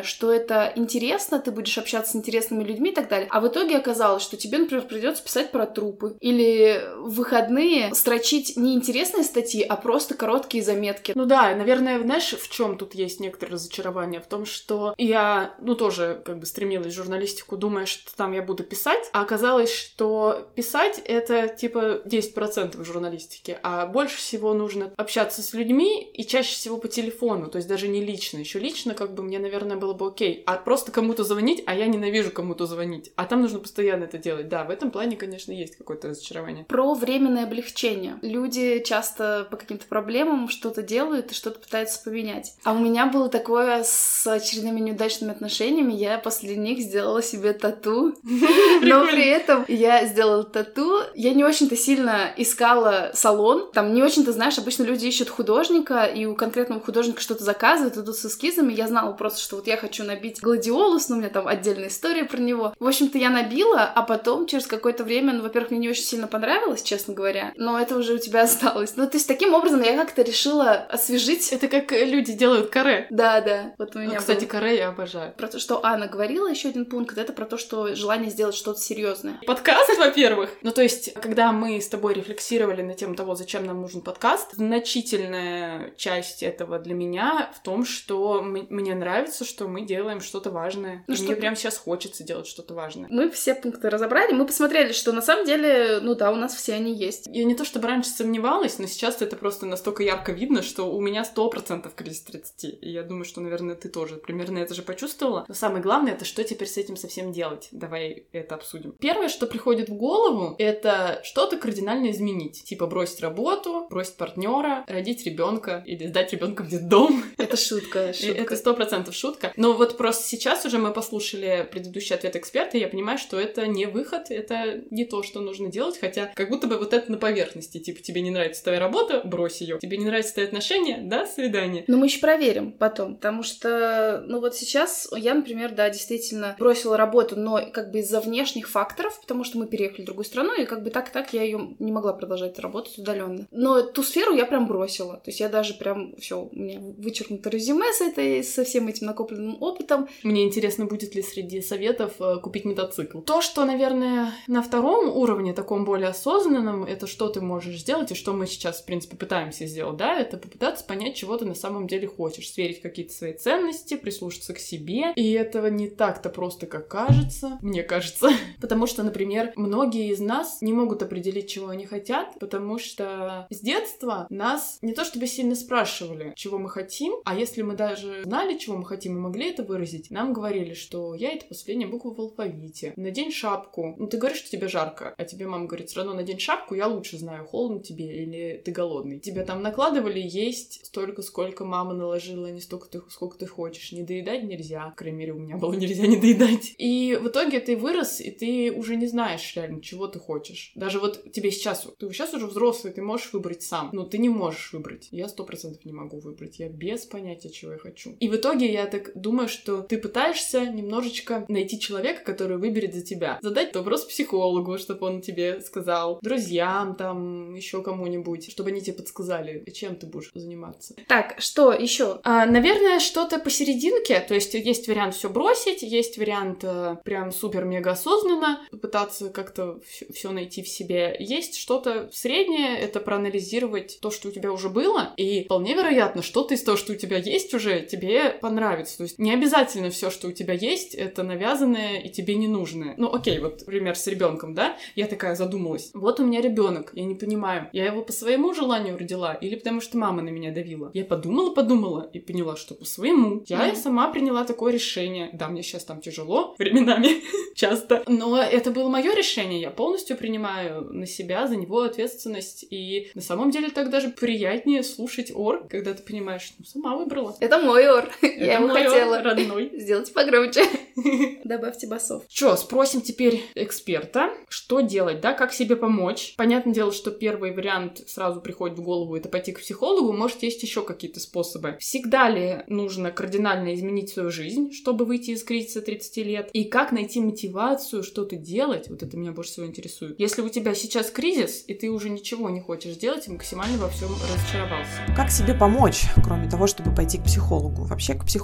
ожидания, что это интересно, ты будешь общаться с интересными людьми и так далее. А в итоге оказалось, что тебе, например, придется писать про трупы. Или в выходные строчить не интересные статьи, а просто короткие заметки. Ну да, наверное, знаешь, в чем тут есть некоторое разочарование? В том, что я, ну, тоже как бы стремилась в журналистику, думая, что там я буду писать, а оказалось, что писать — это типа десять процентов журналистики, а больше всего нужно общаться с людьми и чаще всего по телефону, то есть даже не лично. Еще лично как бы мне, наверное, было бы окей, а просто кому-то звонить, а я ненавижу кому-то звонить, а там нужно постоянно это делать. Да, в этом плане, конечно, есть какое-то разочарование. Про временное облегчение. Люди часто по каким-то проблемам что-то делают и что-то пытаются поменять. А у меня было такое с очередными неудачными отношениями. Я после них сделала себе тату. Но при этом я сделала тату. Я не очень-то сильно искала салон. Там не очень-то, знаешь, обычно люди ищут художника, и у конкретного художника что-то заказывают, идут с эскизами. Я знала просто, что вот я хочу набить гладиолус, но у меня там отдельная история про него. В общем-то, я набила, а потом через какое-то время, ну, во-первых, мне не очень сильно понравилось, честно говоря, но это уже у тебя осталось. Ну, то есть, таким образом я как-то решила освежить. Это как люди делают каре. Да, да. Вот у меня. Ну, кстати, было. каре я обожаю. Про то, что Анна говорила, еще один пункт, это про то, что желание сделать что-то серьезное. Подкаст, во-первых. Ну, то есть, когда мы с тобой рефлексировали на тему того, зачем нам нужен подкаст, значительная часть этого для меня в том, что м- мне нравится, что мы делаем что-то важное. Ну, и что... мне прямо сейчас хочется делать что-то важное. Мы все пункты разобрали, мы посмотрели, что на самом деле, ну да, у нас все они есть. Я не то чтобы раньше сомневалась, но сейчас это просто настолько ярко видно, что у меня сто процентов кризис тридцати. И я думаю, что, наверное, ты тоже примерно это же почувствовала. Но самое главное, это что теперь с этим совсем делать. Давай это обсудим. Первое, что приходит в голову, это что-то кардинально изменить. Типа бросить работу, бросить партнера, родить ребенка или сдать ребенка в детдом. Это шутка, шутка. Это сто процентов шутка. Но вот просто сейчас уже мы послушали предыдущий ответ эксперта, и я понимаю, что это не выход, это не то, что нужно делать, хотя как будто бы вот это на поверхности. Типа, тебе не нравится твоя работа, брось ее. Тебе не нравятся твои отношения, до свидания. Но мы еще проверим потом, потому что, ну вот сейчас я, например, да, действительно бросила работу, но как бы из-за внешних факторов, потому что мы переехали в другую страну, и как бы так-так я ее не могла продолжать работать удаленно. Но ту сферу я прям бросила. То есть я даже прям все, у меня вычеркнуто резюме с этой, со всем этим накопленным опытом. Мне интересно, будет ли среди советов э, купить мотоцикл. То, что, наверное, на втором уровне, таком более осознанном, это что ты можешь сделать, и что мы сейчас, в принципе, пытаемся сделать, да, это попытаться понять, чего ты на самом деле хочешь, сверить какие-то свои ценности, прислушаться к себе, и этого не так-то просто, как кажется, мне кажется, потому что, например, многие из нас не могут определить, чего они хотят, потому что с детства нас не то чтобы сильно спрашивали, чего мы хотим, а если мы даже знали, чего мы хотим, и могли это выразить, нам говорили, что я — это последняя буква в алфавите, надень шапку, ну ты говоришь, что тебе жарко, а тебе мама говорит, все равно надень шапку, я лучше знаю, холодно тебе или ты голодный. Тебя там накладывали есть столько, сколько мама наложила, не столько, ты, сколько ты хочешь. Не доедать нельзя. По крайней мере, у меня было нельзя не доедать. И в итоге ты вырос, и ты уже не знаешь реально, чего ты хочешь. Даже вот тебе сейчас, ты сейчас уже взрослый, ты можешь выбрать сам, но ты не можешь выбрать. Я сто процентов не могу выбрать. Я без понятия, чего я хочу. И в итоге я так думаю, что ты пытаешься немножечко найти человека, который выберет за тебя. Задать вопрос психологу, чтобы он тебе сказал, друзьям, там, еще кому-нибудь, чтобы они тебе подсказали, чем ты будешь заниматься. Так, что еще? А, наверное, что-то посерединке, то есть есть вариант все бросить, есть вариант э, прям супер-мега осознанно попытаться как-то все найти в себе. Есть что-то среднее, это проанализировать то, что у тебя уже было, и вполне вероятно, что-то из того, что у тебя есть уже, тебе понравится. То есть не обязательно все, что у тебя есть, это навязанное и тебе не нужное. Ну, окей, вот, например, с ребенком, да, я такая задумалась. Вот у меня ребенок, я не понимаю, я его по своему желанию родила или потому что мама на меня давила. Я подумала-подумала и поняла, что по своему. Я mm-hmm. сама приняла такое решение. Да, мне сейчас там тяжело временами, часто, но это было мое решение. Я полностью принимаю на себя за него ответственность. И на самом деле так даже приятнее слушать ор, когда ты понимаешь, что ну, сама выбрала. Это мой ор. Это я его мой хотела. Ор, родной. Сделайте погромче. Добавьте басов. Чё, спросим теперь эксперта, что делать, да, как себе помочь. Понятное дело, что первый вариант сразу приходит в голову, это пойти к психологу, может, есть еще какие-то способы. Всегда ли нужно кардинально изменить свою жизнь, чтобы выйти из кризиса тридцати лет? И как найти мотивацию что-то делать? Вот это меня больше всего интересует. Если у тебя сейчас кризис, и ты уже ничего не хочешь делать, и максимально во всем разочаровался. Как себе помочь, кроме того, чтобы пойти к психологу? Вообще, к психологу не обязательно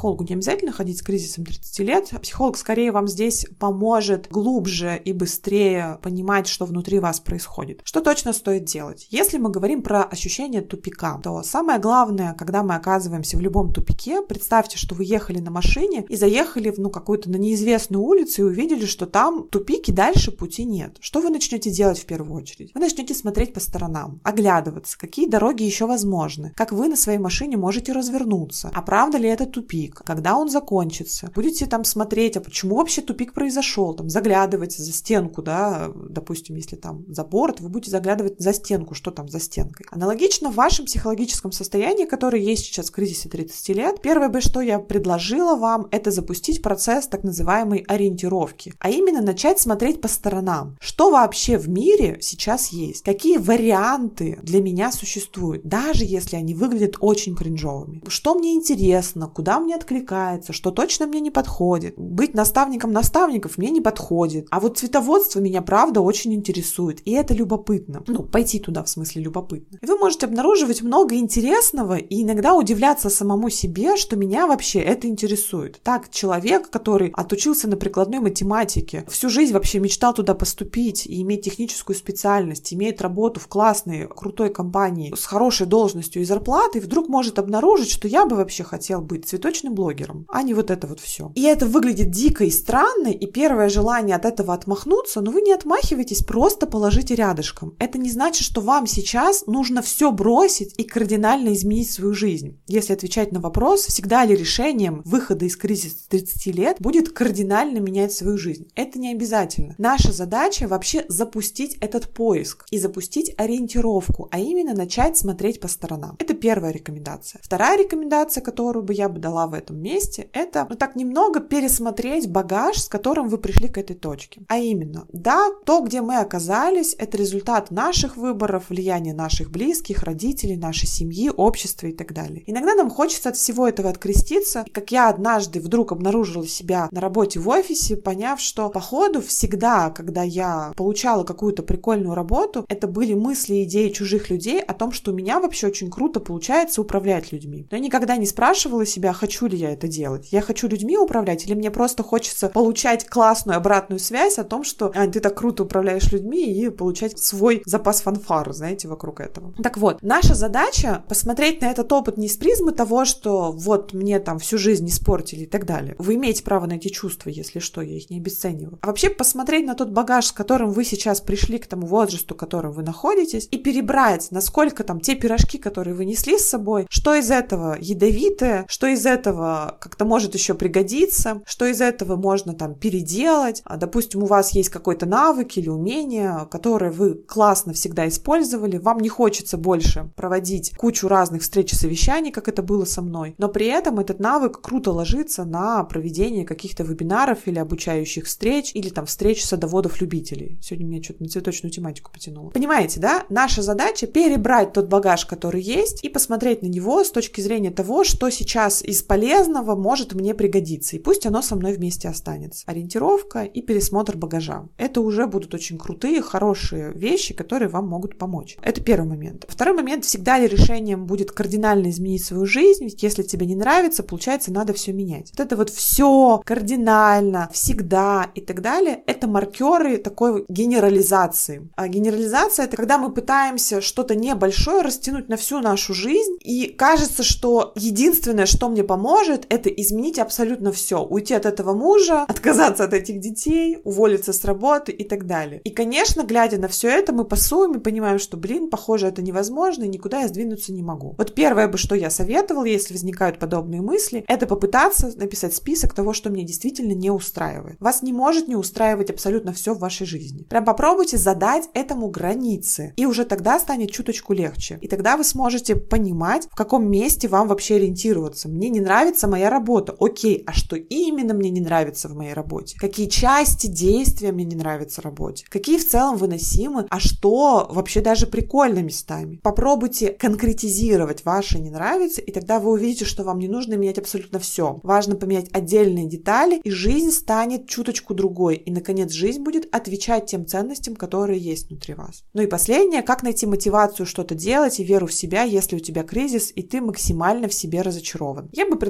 обязательно ходить с кризисом тридцати лет. Психолог скорее вам здесь поможет глубже и быстрее понимать, что внутри вас происходит. Что точно стоит делать? Если мы говорим про ощущение тупика, то самое главное, когда мы оказываемся в любом тупике, представьте, что вы ехали на машине и заехали в ну, какую-то на неизвестную улицу и увидели, что там тупик и дальше пути нет. Что вы начнете делать в первую очередь? Вы начнете смотреть по сторонам, оглядываться, какие дороги еще возможны, как вы на своей машине можете развернуться, а правда ли это тупик, когда он закончится. Будете там смотреть, а почему вообще тупик произошел, там заглядывать за стенку, да, допустим, если там забор, то вы будете заглядывать за стенку, что там за стенкой. Аналогично в вашем психологическом состоянии, которое есть сейчас в кризисе тридцати лет, первое бы, что я предложила вам, это запустить процесс так называемой ориентировки, а именно начать смотреть по сторонам. Что вообще в мире сейчас есть? Какие варианты для меня существуют, даже если они выглядят очень кринжовыми? Что мне интересно, куда мне откликается, что точно мне не подходит? Быть наставником наставников мне не подходит, а вот цветоводство меня правда очень интересует, и это любопытно. Ну, пойти туда в смысле любопытно. И вы можете обнаруживать много интересного и иногда удивляться самому себе, что меня вообще это интересует. Так, человек, который отучился на прикладной математике, всю жизнь вообще мечтал туда поступить и иметь техническую специальность, имеет работу в классной, крутой компании с хорошей должностью и зарплатой, вдруг может обнаружить, что я бы вообще хотел быть цветочным блогером, а не вот это вот все. И это выглядит дико и странно, и первое желание от этого отмахнуться, но вы не отмахиваетесь, просто положите рядышком. Это не значит, что вам сейчас нужно все бросить и кардинально изменить свою жизнь. Если отвечать на вопрос, всегда ли решением выхода из кризиса тридцати лет будет кардинально менять свою жизнь? Это не обязательно. Наша задача вообще запустить этот поиск и запустить ориентировку, а именно начать смотреть по сторонам. Это первая рекомендация. Вторая рекомендация, которую бы я бы дала в этом месте, это ну, так немного пересмотреть багаж, с которым вы пришли к этой точке. А именно, да, то, где мы оказались, это результат наших выборов, влияние наших близких, родителей, нашей семьи, общества и так далее. Иногда нам хочется от всего этого откреститься. И как я однажды вдруг обнаружила себя на работе в офисе, поняв, что по ходу всегда, когда я получала какую-то прикольную работу, это были мысли и идеи чужих людей о том, что у меня вообще очень круто получается управлять людьми. Но я никогда не спрашивала себя, хочу ли я это делать. Я хочу людьми управлять или мне просто хочется получать классную обратную связь о том, что Ань, ты так круто управляешь людьми и получать свой запас фанфар, знаете, вокруг этого. Так вот, наша задача посмотреть на этот опыт не из призмы того, что вот мне там всю жизнь испортили и так далее. Вы имеете право на эти чувства, если что, я их не обесцениваю. А вообще посмотреть на тот багаж, с которым вы сейчас пришли к тому возрасту, в котором вы находитесь, и перебрать, насколько там те пирожки, которые вы несли с собой, что из этого ядовитое, что из этого как-то может еще пригодиться, что из этого можно там переделать. Допустим, у вас есть какой-то навык или умение, которое вы классно всегда использовали, вам не хочется больше проводить кучу разных встреч и совещаний, как это было со мной, но при этом этот навык круто ложится на проведение каких-то вебинаров или обучающих встреч, или там встреч садоводов-любителей. Сегодня меня что-то на цветочную тематику потянуло. Понимаете, да? Наша задача перебрать тот багаж, который есть, и посмотреть на него с точки зрения того, что сейчас из полезного может мне пригодиться, и пусть оно со мной вместе останется. Ориентировка и пересмотр багажа. Это уже будут очень крутые, хорошие вещи, которые вам могут помочь. Это первый момент. Второй момент, всегда ли решением будет кардинально изменить свою жизнь, ведь если тебе не нравится, получается, надо все менять. Вот это вот все кардинально, всегда и так далее, это маркеры такой генерализации. А генерализация — это когда мы пытаемся что-то небольшое растянуть на всю нашу жизнь, и кажется, что единственное, что мне поможет, это изменить абсолютно все. Уйти от этого мужа, отказаться от этих детей, уволиться с работы и так далее. И, конечно, глядя на все это, мы пасуем и понимаем, что, блин, похоже, это невозможно, и никуда я сдвинуться не могу. Вот первое бы, что я советовала, если возникают подобные мысли, это попытаться написать список того, что меня действительно не устраивает. Вас не может не устраивать абсолютно все в вашей жизни. Прям попробуйте задать этому границы, и уже тогда станет чуточку легче. И тогда вы сможете понимать, в каком месте вам вообще ориентироваться. Мне не нравится моя работа. Окей, а что именно мне не нравится в моей работе? Какие части действия мне не нравятся в работе? Какие в целом выносимы, а что вообще даже прикольно местами? Попробуйте конкретизировать ваши не нравится, и тогда вы увидите, что вам не нужно менять абсолютно все. Важно поменять отдельные детали, и жизнь станет чуточку другой. И, наконец, жизнь будет отвечать тем ценностям, которые есть внутри вас. Ну и последнее, как найти мотивацию что-то делать и веру в себя, если у тебя кризис, и ты максимально в себе разочарован. Я бы предложила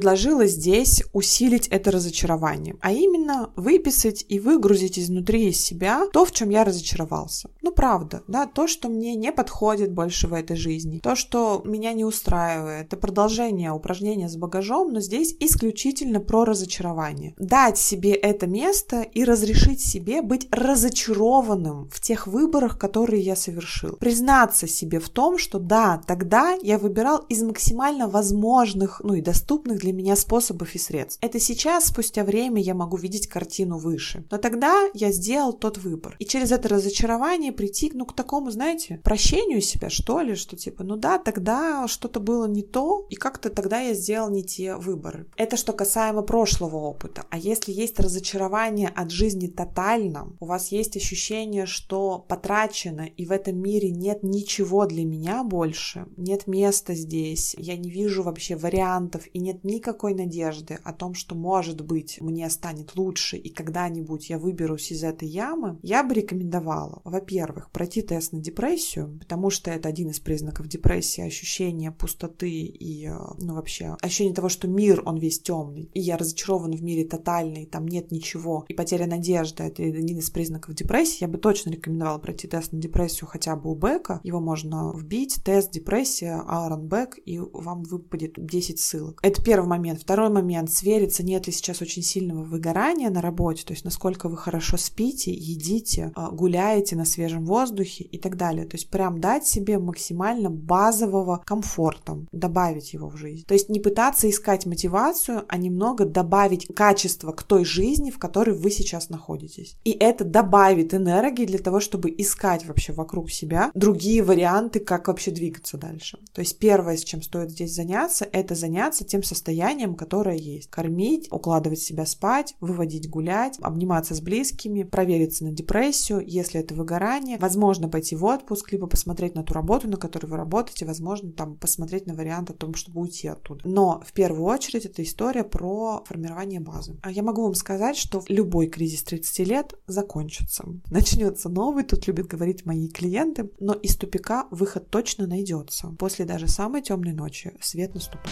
здесь усилить это разочарование, а именно выписать и выгрузить изнутри из себя то, в чем я разочаровался. Ну, правда, да, то, что мне не подходит больше в этой жизни, то, что меня не устраивает, это продолжение упражнения с багажом, но здесь исключительно про разочарование. Дать себе это место и разрешить себе быть разочарованным в тех выборах, которые я совершил. Признаться себе в том, что да, тогда я выбирал из максимально возможных, ну и доступных для меня способов и средств. Это сейчас, спустя время, я могу видеть картину выше. Но тогда я сделал тот выбор. И через это разочарование прийти, ну, к такому, знаете, прощению себя, что ли, что типа, ну да, тогда что-то было не то, и как-то тогда я сделал не те выборы. Это что касаемо прошлого опыта. А если есть разочарование от жизни тотально, у вас есть ощущение, что потрачено, и в этом мире нет ничего для меня больше, нет места здесь, я не вижу вообще вариантов, и нет никакой надежды о том, что, может быть, мне станет лучше, и когда-нибудь я выберусь из этой ямы, я бы рекомендовала, во-первых, пройти тест на депрессию, потому что это один из признаков депрессии, ощущение пустоты и, ну, вообще, ощущение того, что мир, он весь темный, и я разочарован в мире тотальный, там нет ничего, и потеря надежды, это один из признаков депрессии. Я бы точно рекомендовала пройти тест на депрессию хотя бы у Бека, его можно вбить, тест депрессия, Аарон Бек, и вам выпадет десять ссылок. Это первый момент. Второй момент, свериться, нет ли сейчас очень сильного выгорания на работе, то есть насколько вы хорошо спите, едите, гуляете на свежем воздухе и так далее. То есть прям дать себе максимально базового комфорта, добавить его в жизнь. То есть не пытаться искать мотивацию, а немного добавить качество к той жизни, в которой вы сейчас находитесь. И это добавит энергии для того, чтобы искать вообще вокруг себя другие варианты, как вообще двигаться дальше. То есть первое, с чем стоит здесь заняться, это заняться тем состоянием, которое есть. Кормить, укладывать себя спать, выводить гулять, обниматься с близкими, провериться на депрессию, если это выгорание, возможно, пойти в отпуск, либо посмотреть на ту работу, на которой вы работаете, возможно, там посмотреть на вариант о том, чтобы уйти оттуда. Но в первую очередь это история про формирование базы. Я могу вам сказать, что любой кризис тридцати лет закончится. Начнется новый, тут любят говорить мои клиенты, но из тупика выход точно найдется. После даже самой темной ночи свет наступает.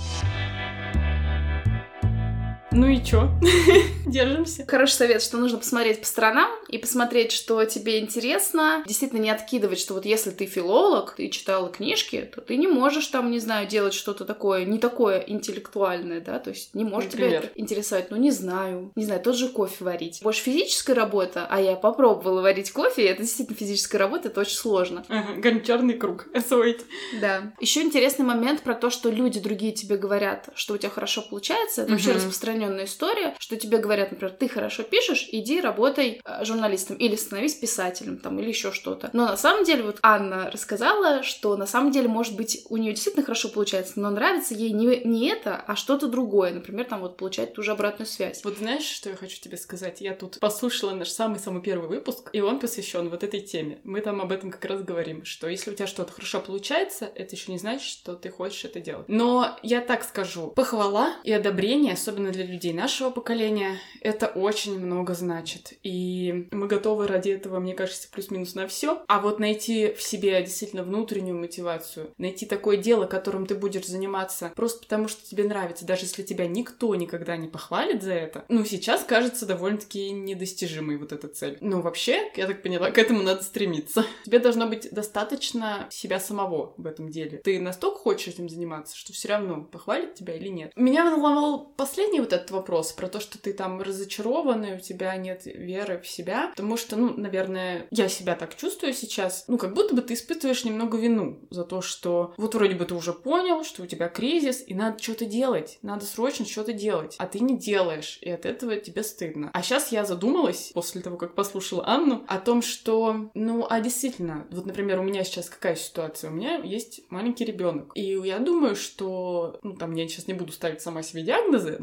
Ну и чё? Держимся. Хороший совет, что нужно посмотреть по сторонам и посмотреть, что тебе интересно. Действительно не откидывать, что вот если ты филолог, ты читала книжки, то ты не можешь там, не знаю, делать что-то такое, не такое интеллектуальное, да, то есть не может тебя это интересовать. Ну, не знаю. Не знаю, тот же кофе варить. Больше физическая работа, а я попробовала варить кофе, и это действительно физическая работа, это очень сложно. Ага, гончарный круг. Освоить. Да. Еще интересный момент про то, что люди другие тебе говорят, что у тебя хорошо получается. Это вообще распространенная история, что тебе говорят, например, ты хорошо пишешь, иди работай э, журналистом или становись писателем там, или еще что-то. Но на самом деле, вот Анна рассказала, что на самом деле, может быть, у нее действительно хорошо получается, но нравится ей не, не это, а что-то другое. Например, там вот получать ту же обратную связь. Вот знаешь, что я хочу тебе сказать? Я тут послушала наш самый-самый первый выпуск, и он посвящен вот этой теме. Мы там об этом как раз говорим, что если у тебя что-то хорошо получается, это еще не значит, что ты хочешь это делать. Но я так скажу, похвала и одобрение, особенно для людей нашего поколения, это очень много значит. И мы готовы ради этого, мне кажется, плюс-минус на все. А вот найти в себе действительно внутреннюю мотивацию, найти такое дело, которым ты будешь заниматься просто потому, что тебе нравится, даже если тебя никто никогда не похвалит за это, ну, сейчас кажется довольно-таки недостижимой вот эта цель. Но вообще, я так поняла, к этому надо стремиться. Тебе должно быть достаточно себя самого в этом деле. Ты настолько хочешь этим заниматься, что все равно похвалит тебя или нет. Меня волновал последний вот этот вопрос про то, что ты там разочарованный, у тебя нет веры в себя, потому что, ну, наверное, я себя так чувствую сейчас, ну, как будто бы ты испытываешь немного вину за то, что вот вроде бы ты уже понял, что у тебя кризис, и надо что-то делать, надо срочно что-то делать, а ты не делаешь, и от этого тебе стыдно. А сейчас я задумалась, после того, как послушала Анну, о том, что, ну, а действительно, вот, например, у меня сейчас какая ситуация? У меня есть маленький ребенок, и я думаю, что, ну, там, я сейчас не буду ставить сама себе диагнозы, но какая-то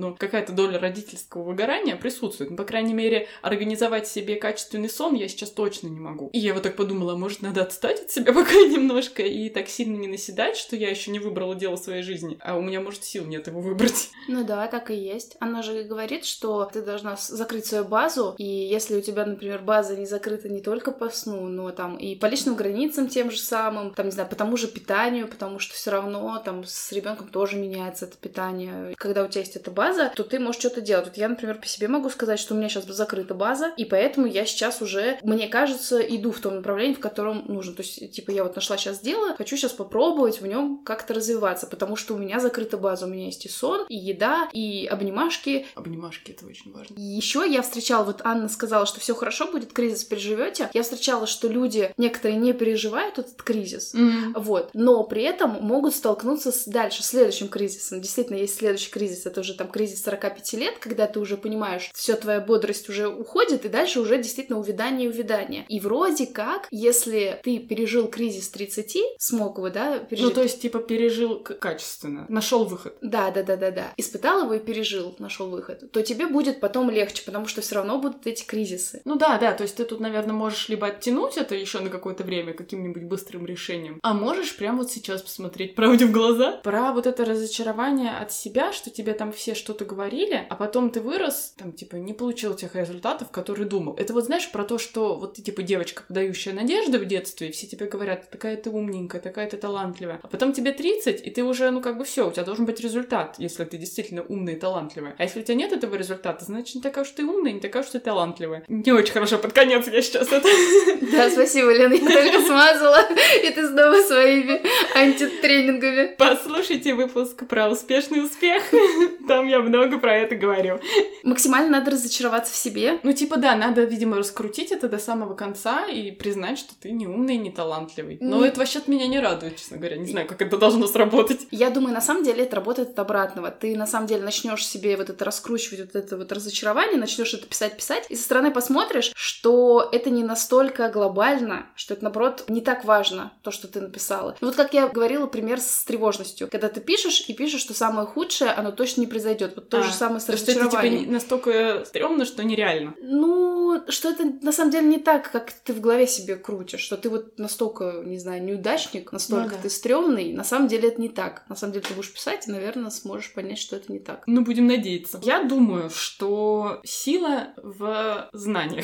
какая-то доля родительского выгорания присутствует. Ну, по крайней мере, организовать себе качественный сон я сейчас точно не могу. И я вот так подумала, может, надо отстать от себя пока немножко и так сильно не наседать, что я еще не выбрала дело своей жизни, а у меня, может, сил нет его выбрать. Ну да, так и есть. Она же говорит, что ты должна закрыть свою базу, и если у тебя, например, база не закрыта не только по сну, но там и по личным границам тем же самым, там, не знаю, по тому же питанию, потому что все равно там с ребенком тоже меняется это питание. Когда у тебя есть эта база, то ты можешь что-то делать. Вот я, например, по себе могу сказать, что у меня сейчас закрыта база, и поэтому я сейчас уже, мне кажется, иду в том направлении, в котором нужно. То есть, типа, я вот нашла сейчас дело, хочу сейчас попробовать в нем как-то развиваться, потому что у меня закрыта база. У меня есть и сон, и еда, и обнимашки. Обнимашки — это очень важно. И еще я встречала, вот Анна сказала, что все хорошо будет, кризис переживете. Я встречала, что люди, некоторые не переживают этот кризис, mm-hmm. вот, но при этом могут столкнуться с дальше, следующим кризисом. Действительно, есть следующий кризис, это уже там кризис сорока пяти лет, когда ты уже понимаешь, все, твоя бодрость уже уходит, и дальше уже действительно увядание и увядание. И вроде как, если ты пережил кризис тридцати, смог его, да, пережить. Ну, то есть, типа, пережил качественно, нашел выход. Да, да, да, да, да. Испытал его и пережил, нашел выход, то тебе будет потом легче, потому что все равно будут эти кризисы. Ну да, да, то есть ты тут, наверное, можешь либо оттянуть это еще на какое-то время каким-нибудь быстрым решением, а можешь прямо вот сейчас посмотреть правде в глаза. Про вот это разочарование от себя, что тебе там все что-то говорили, а потом ты вырос, там, типа, не получил тех результатов, которые думал. Это вот, знаешь, про то, что вот ты, типа, девочка, подающая надежды в детстве, и все тебе говорят, такая ты умненькая, такая ты талантливая. А потом тебе тридцать, и ты уже, ну, как бы все, у тебя должен быть результат, если ты действительно умная и талантливая. А если у тебя нет этого результата, значит, не такая уж ты умная, не такая уж ты талантливая. Не очень хорошо под конец я сейчас это... Да, спасибо, Лена, я только смазала, и ты снова своими антитренингами. Послушайте выпуск про успешный успех, там я много про это говорю. Максимально надо разочароваться в себе. Ну, типа, да, надо, видимо, раскрутить это до самого конца и признать, что ты не умный и не талантливый. Но не... это вообще от меня не радует, честно говоря. Не знаю, как это должно сработать. Я думаю, на самом деле это работает от обратного. Ты, на самом деле, начнешь себе вот это раскручивать, вот это вот разочарование, начнешь это писать-писать, и со стороны посмотришь, что это не настолько глобально, что это, наоборот, не так важно, то, что ты написала. Ну, вот как я говорила, пример с тревожностью. Когда ты пишешь и пишешь, что самое худшее, оно точно не произойдет. Вот то а, же самое с то разочарованием. Что это, типа, настолько стрёмно, что нереально. Ну, что это на самом деле не так, как ты в голове себе крутишь, что ты вот настолько, не знаю, неудачник, настолько ну, да. ты стрёмный. На самом деле это не так. На самом деле ты будешь писать и, наверное, сможешь понять, что это не так. Ну, будем надеяться. Я думаю, что сила в знаниях.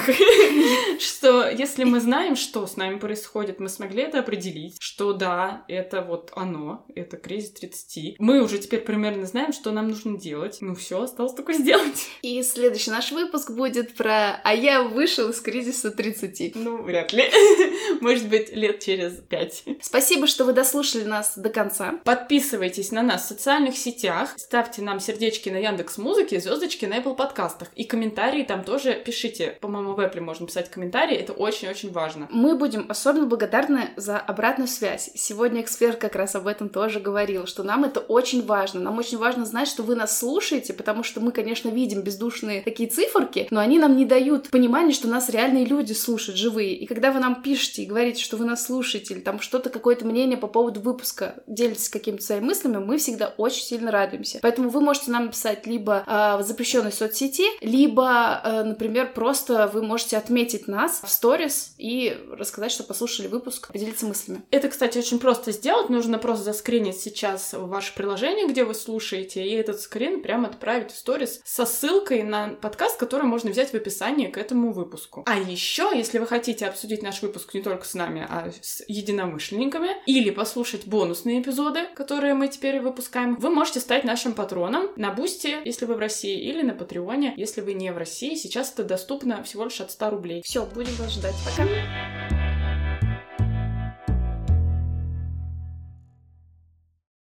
Что если мы знаем, что с нами происходит, мы смогли это определить, что да, это вот оно, это кризис тридцати. Мы уже теперь примерно знаем, что нам нужно делать. Ну все, осталось только сделать. И следующий наш выпуск будет про «А я вышел из кризиса тридцати». Ну, вряд ли. Может быть, лет через пять. Спасибо, что вы дослушали нас до конца. Подписывайтесь на нас в социальных сетях, ставьте нам сердечки на Яндекс.Музыке, звездочки на Apple подкастах. И комментарии там тоже пишите. По-моему, в Apple можно писать комментарии, это очень-очень важно. Мы будем особенно благодарны за обратную связь. Сегодня эксперт как раз об этом тоже говорил, что нам это очень важно. Нам очень важно знать, что вы нас слушаете, потому что мы, конечно, видим бездушные такие циферки, но они нам не дают понимания, что нас реальные люди слушают, живые. И когда вы нам пишете и говорите, что вы нас слушаете, или там что-то, какое-то мнение по поводу выпуска, делитесь какими-то своими мыслями, мы всегда очень сильно радуемся. Поэтому вы можете нам написать либо э, в запрещенной соцсети, либо, э, например, просто вы можете отметить нас в сторис и рассказать, что послушали выпуск, поделиться мыслями. Это, кстати, очень просто сделать. Нужно просто заскринить сейчас ваше приложение, где вы слушаете, и этот скрин прямо отправить в сторис со ссылкой на подкаст, который можно взять в описании к этому выпуску. А еще, если вы хотите обсудить наш выпуск не только с нами, а с единомышленниками, или послушать бонусные эпизоды, которые мы теперь выпускаем, вы можете стать нашим патроном на Бусти, если вы в России, или на Патреоне, если вы не в России. Сейчас это доступно всего лишь от ста рублей. Все, будем вас ждать. Пока!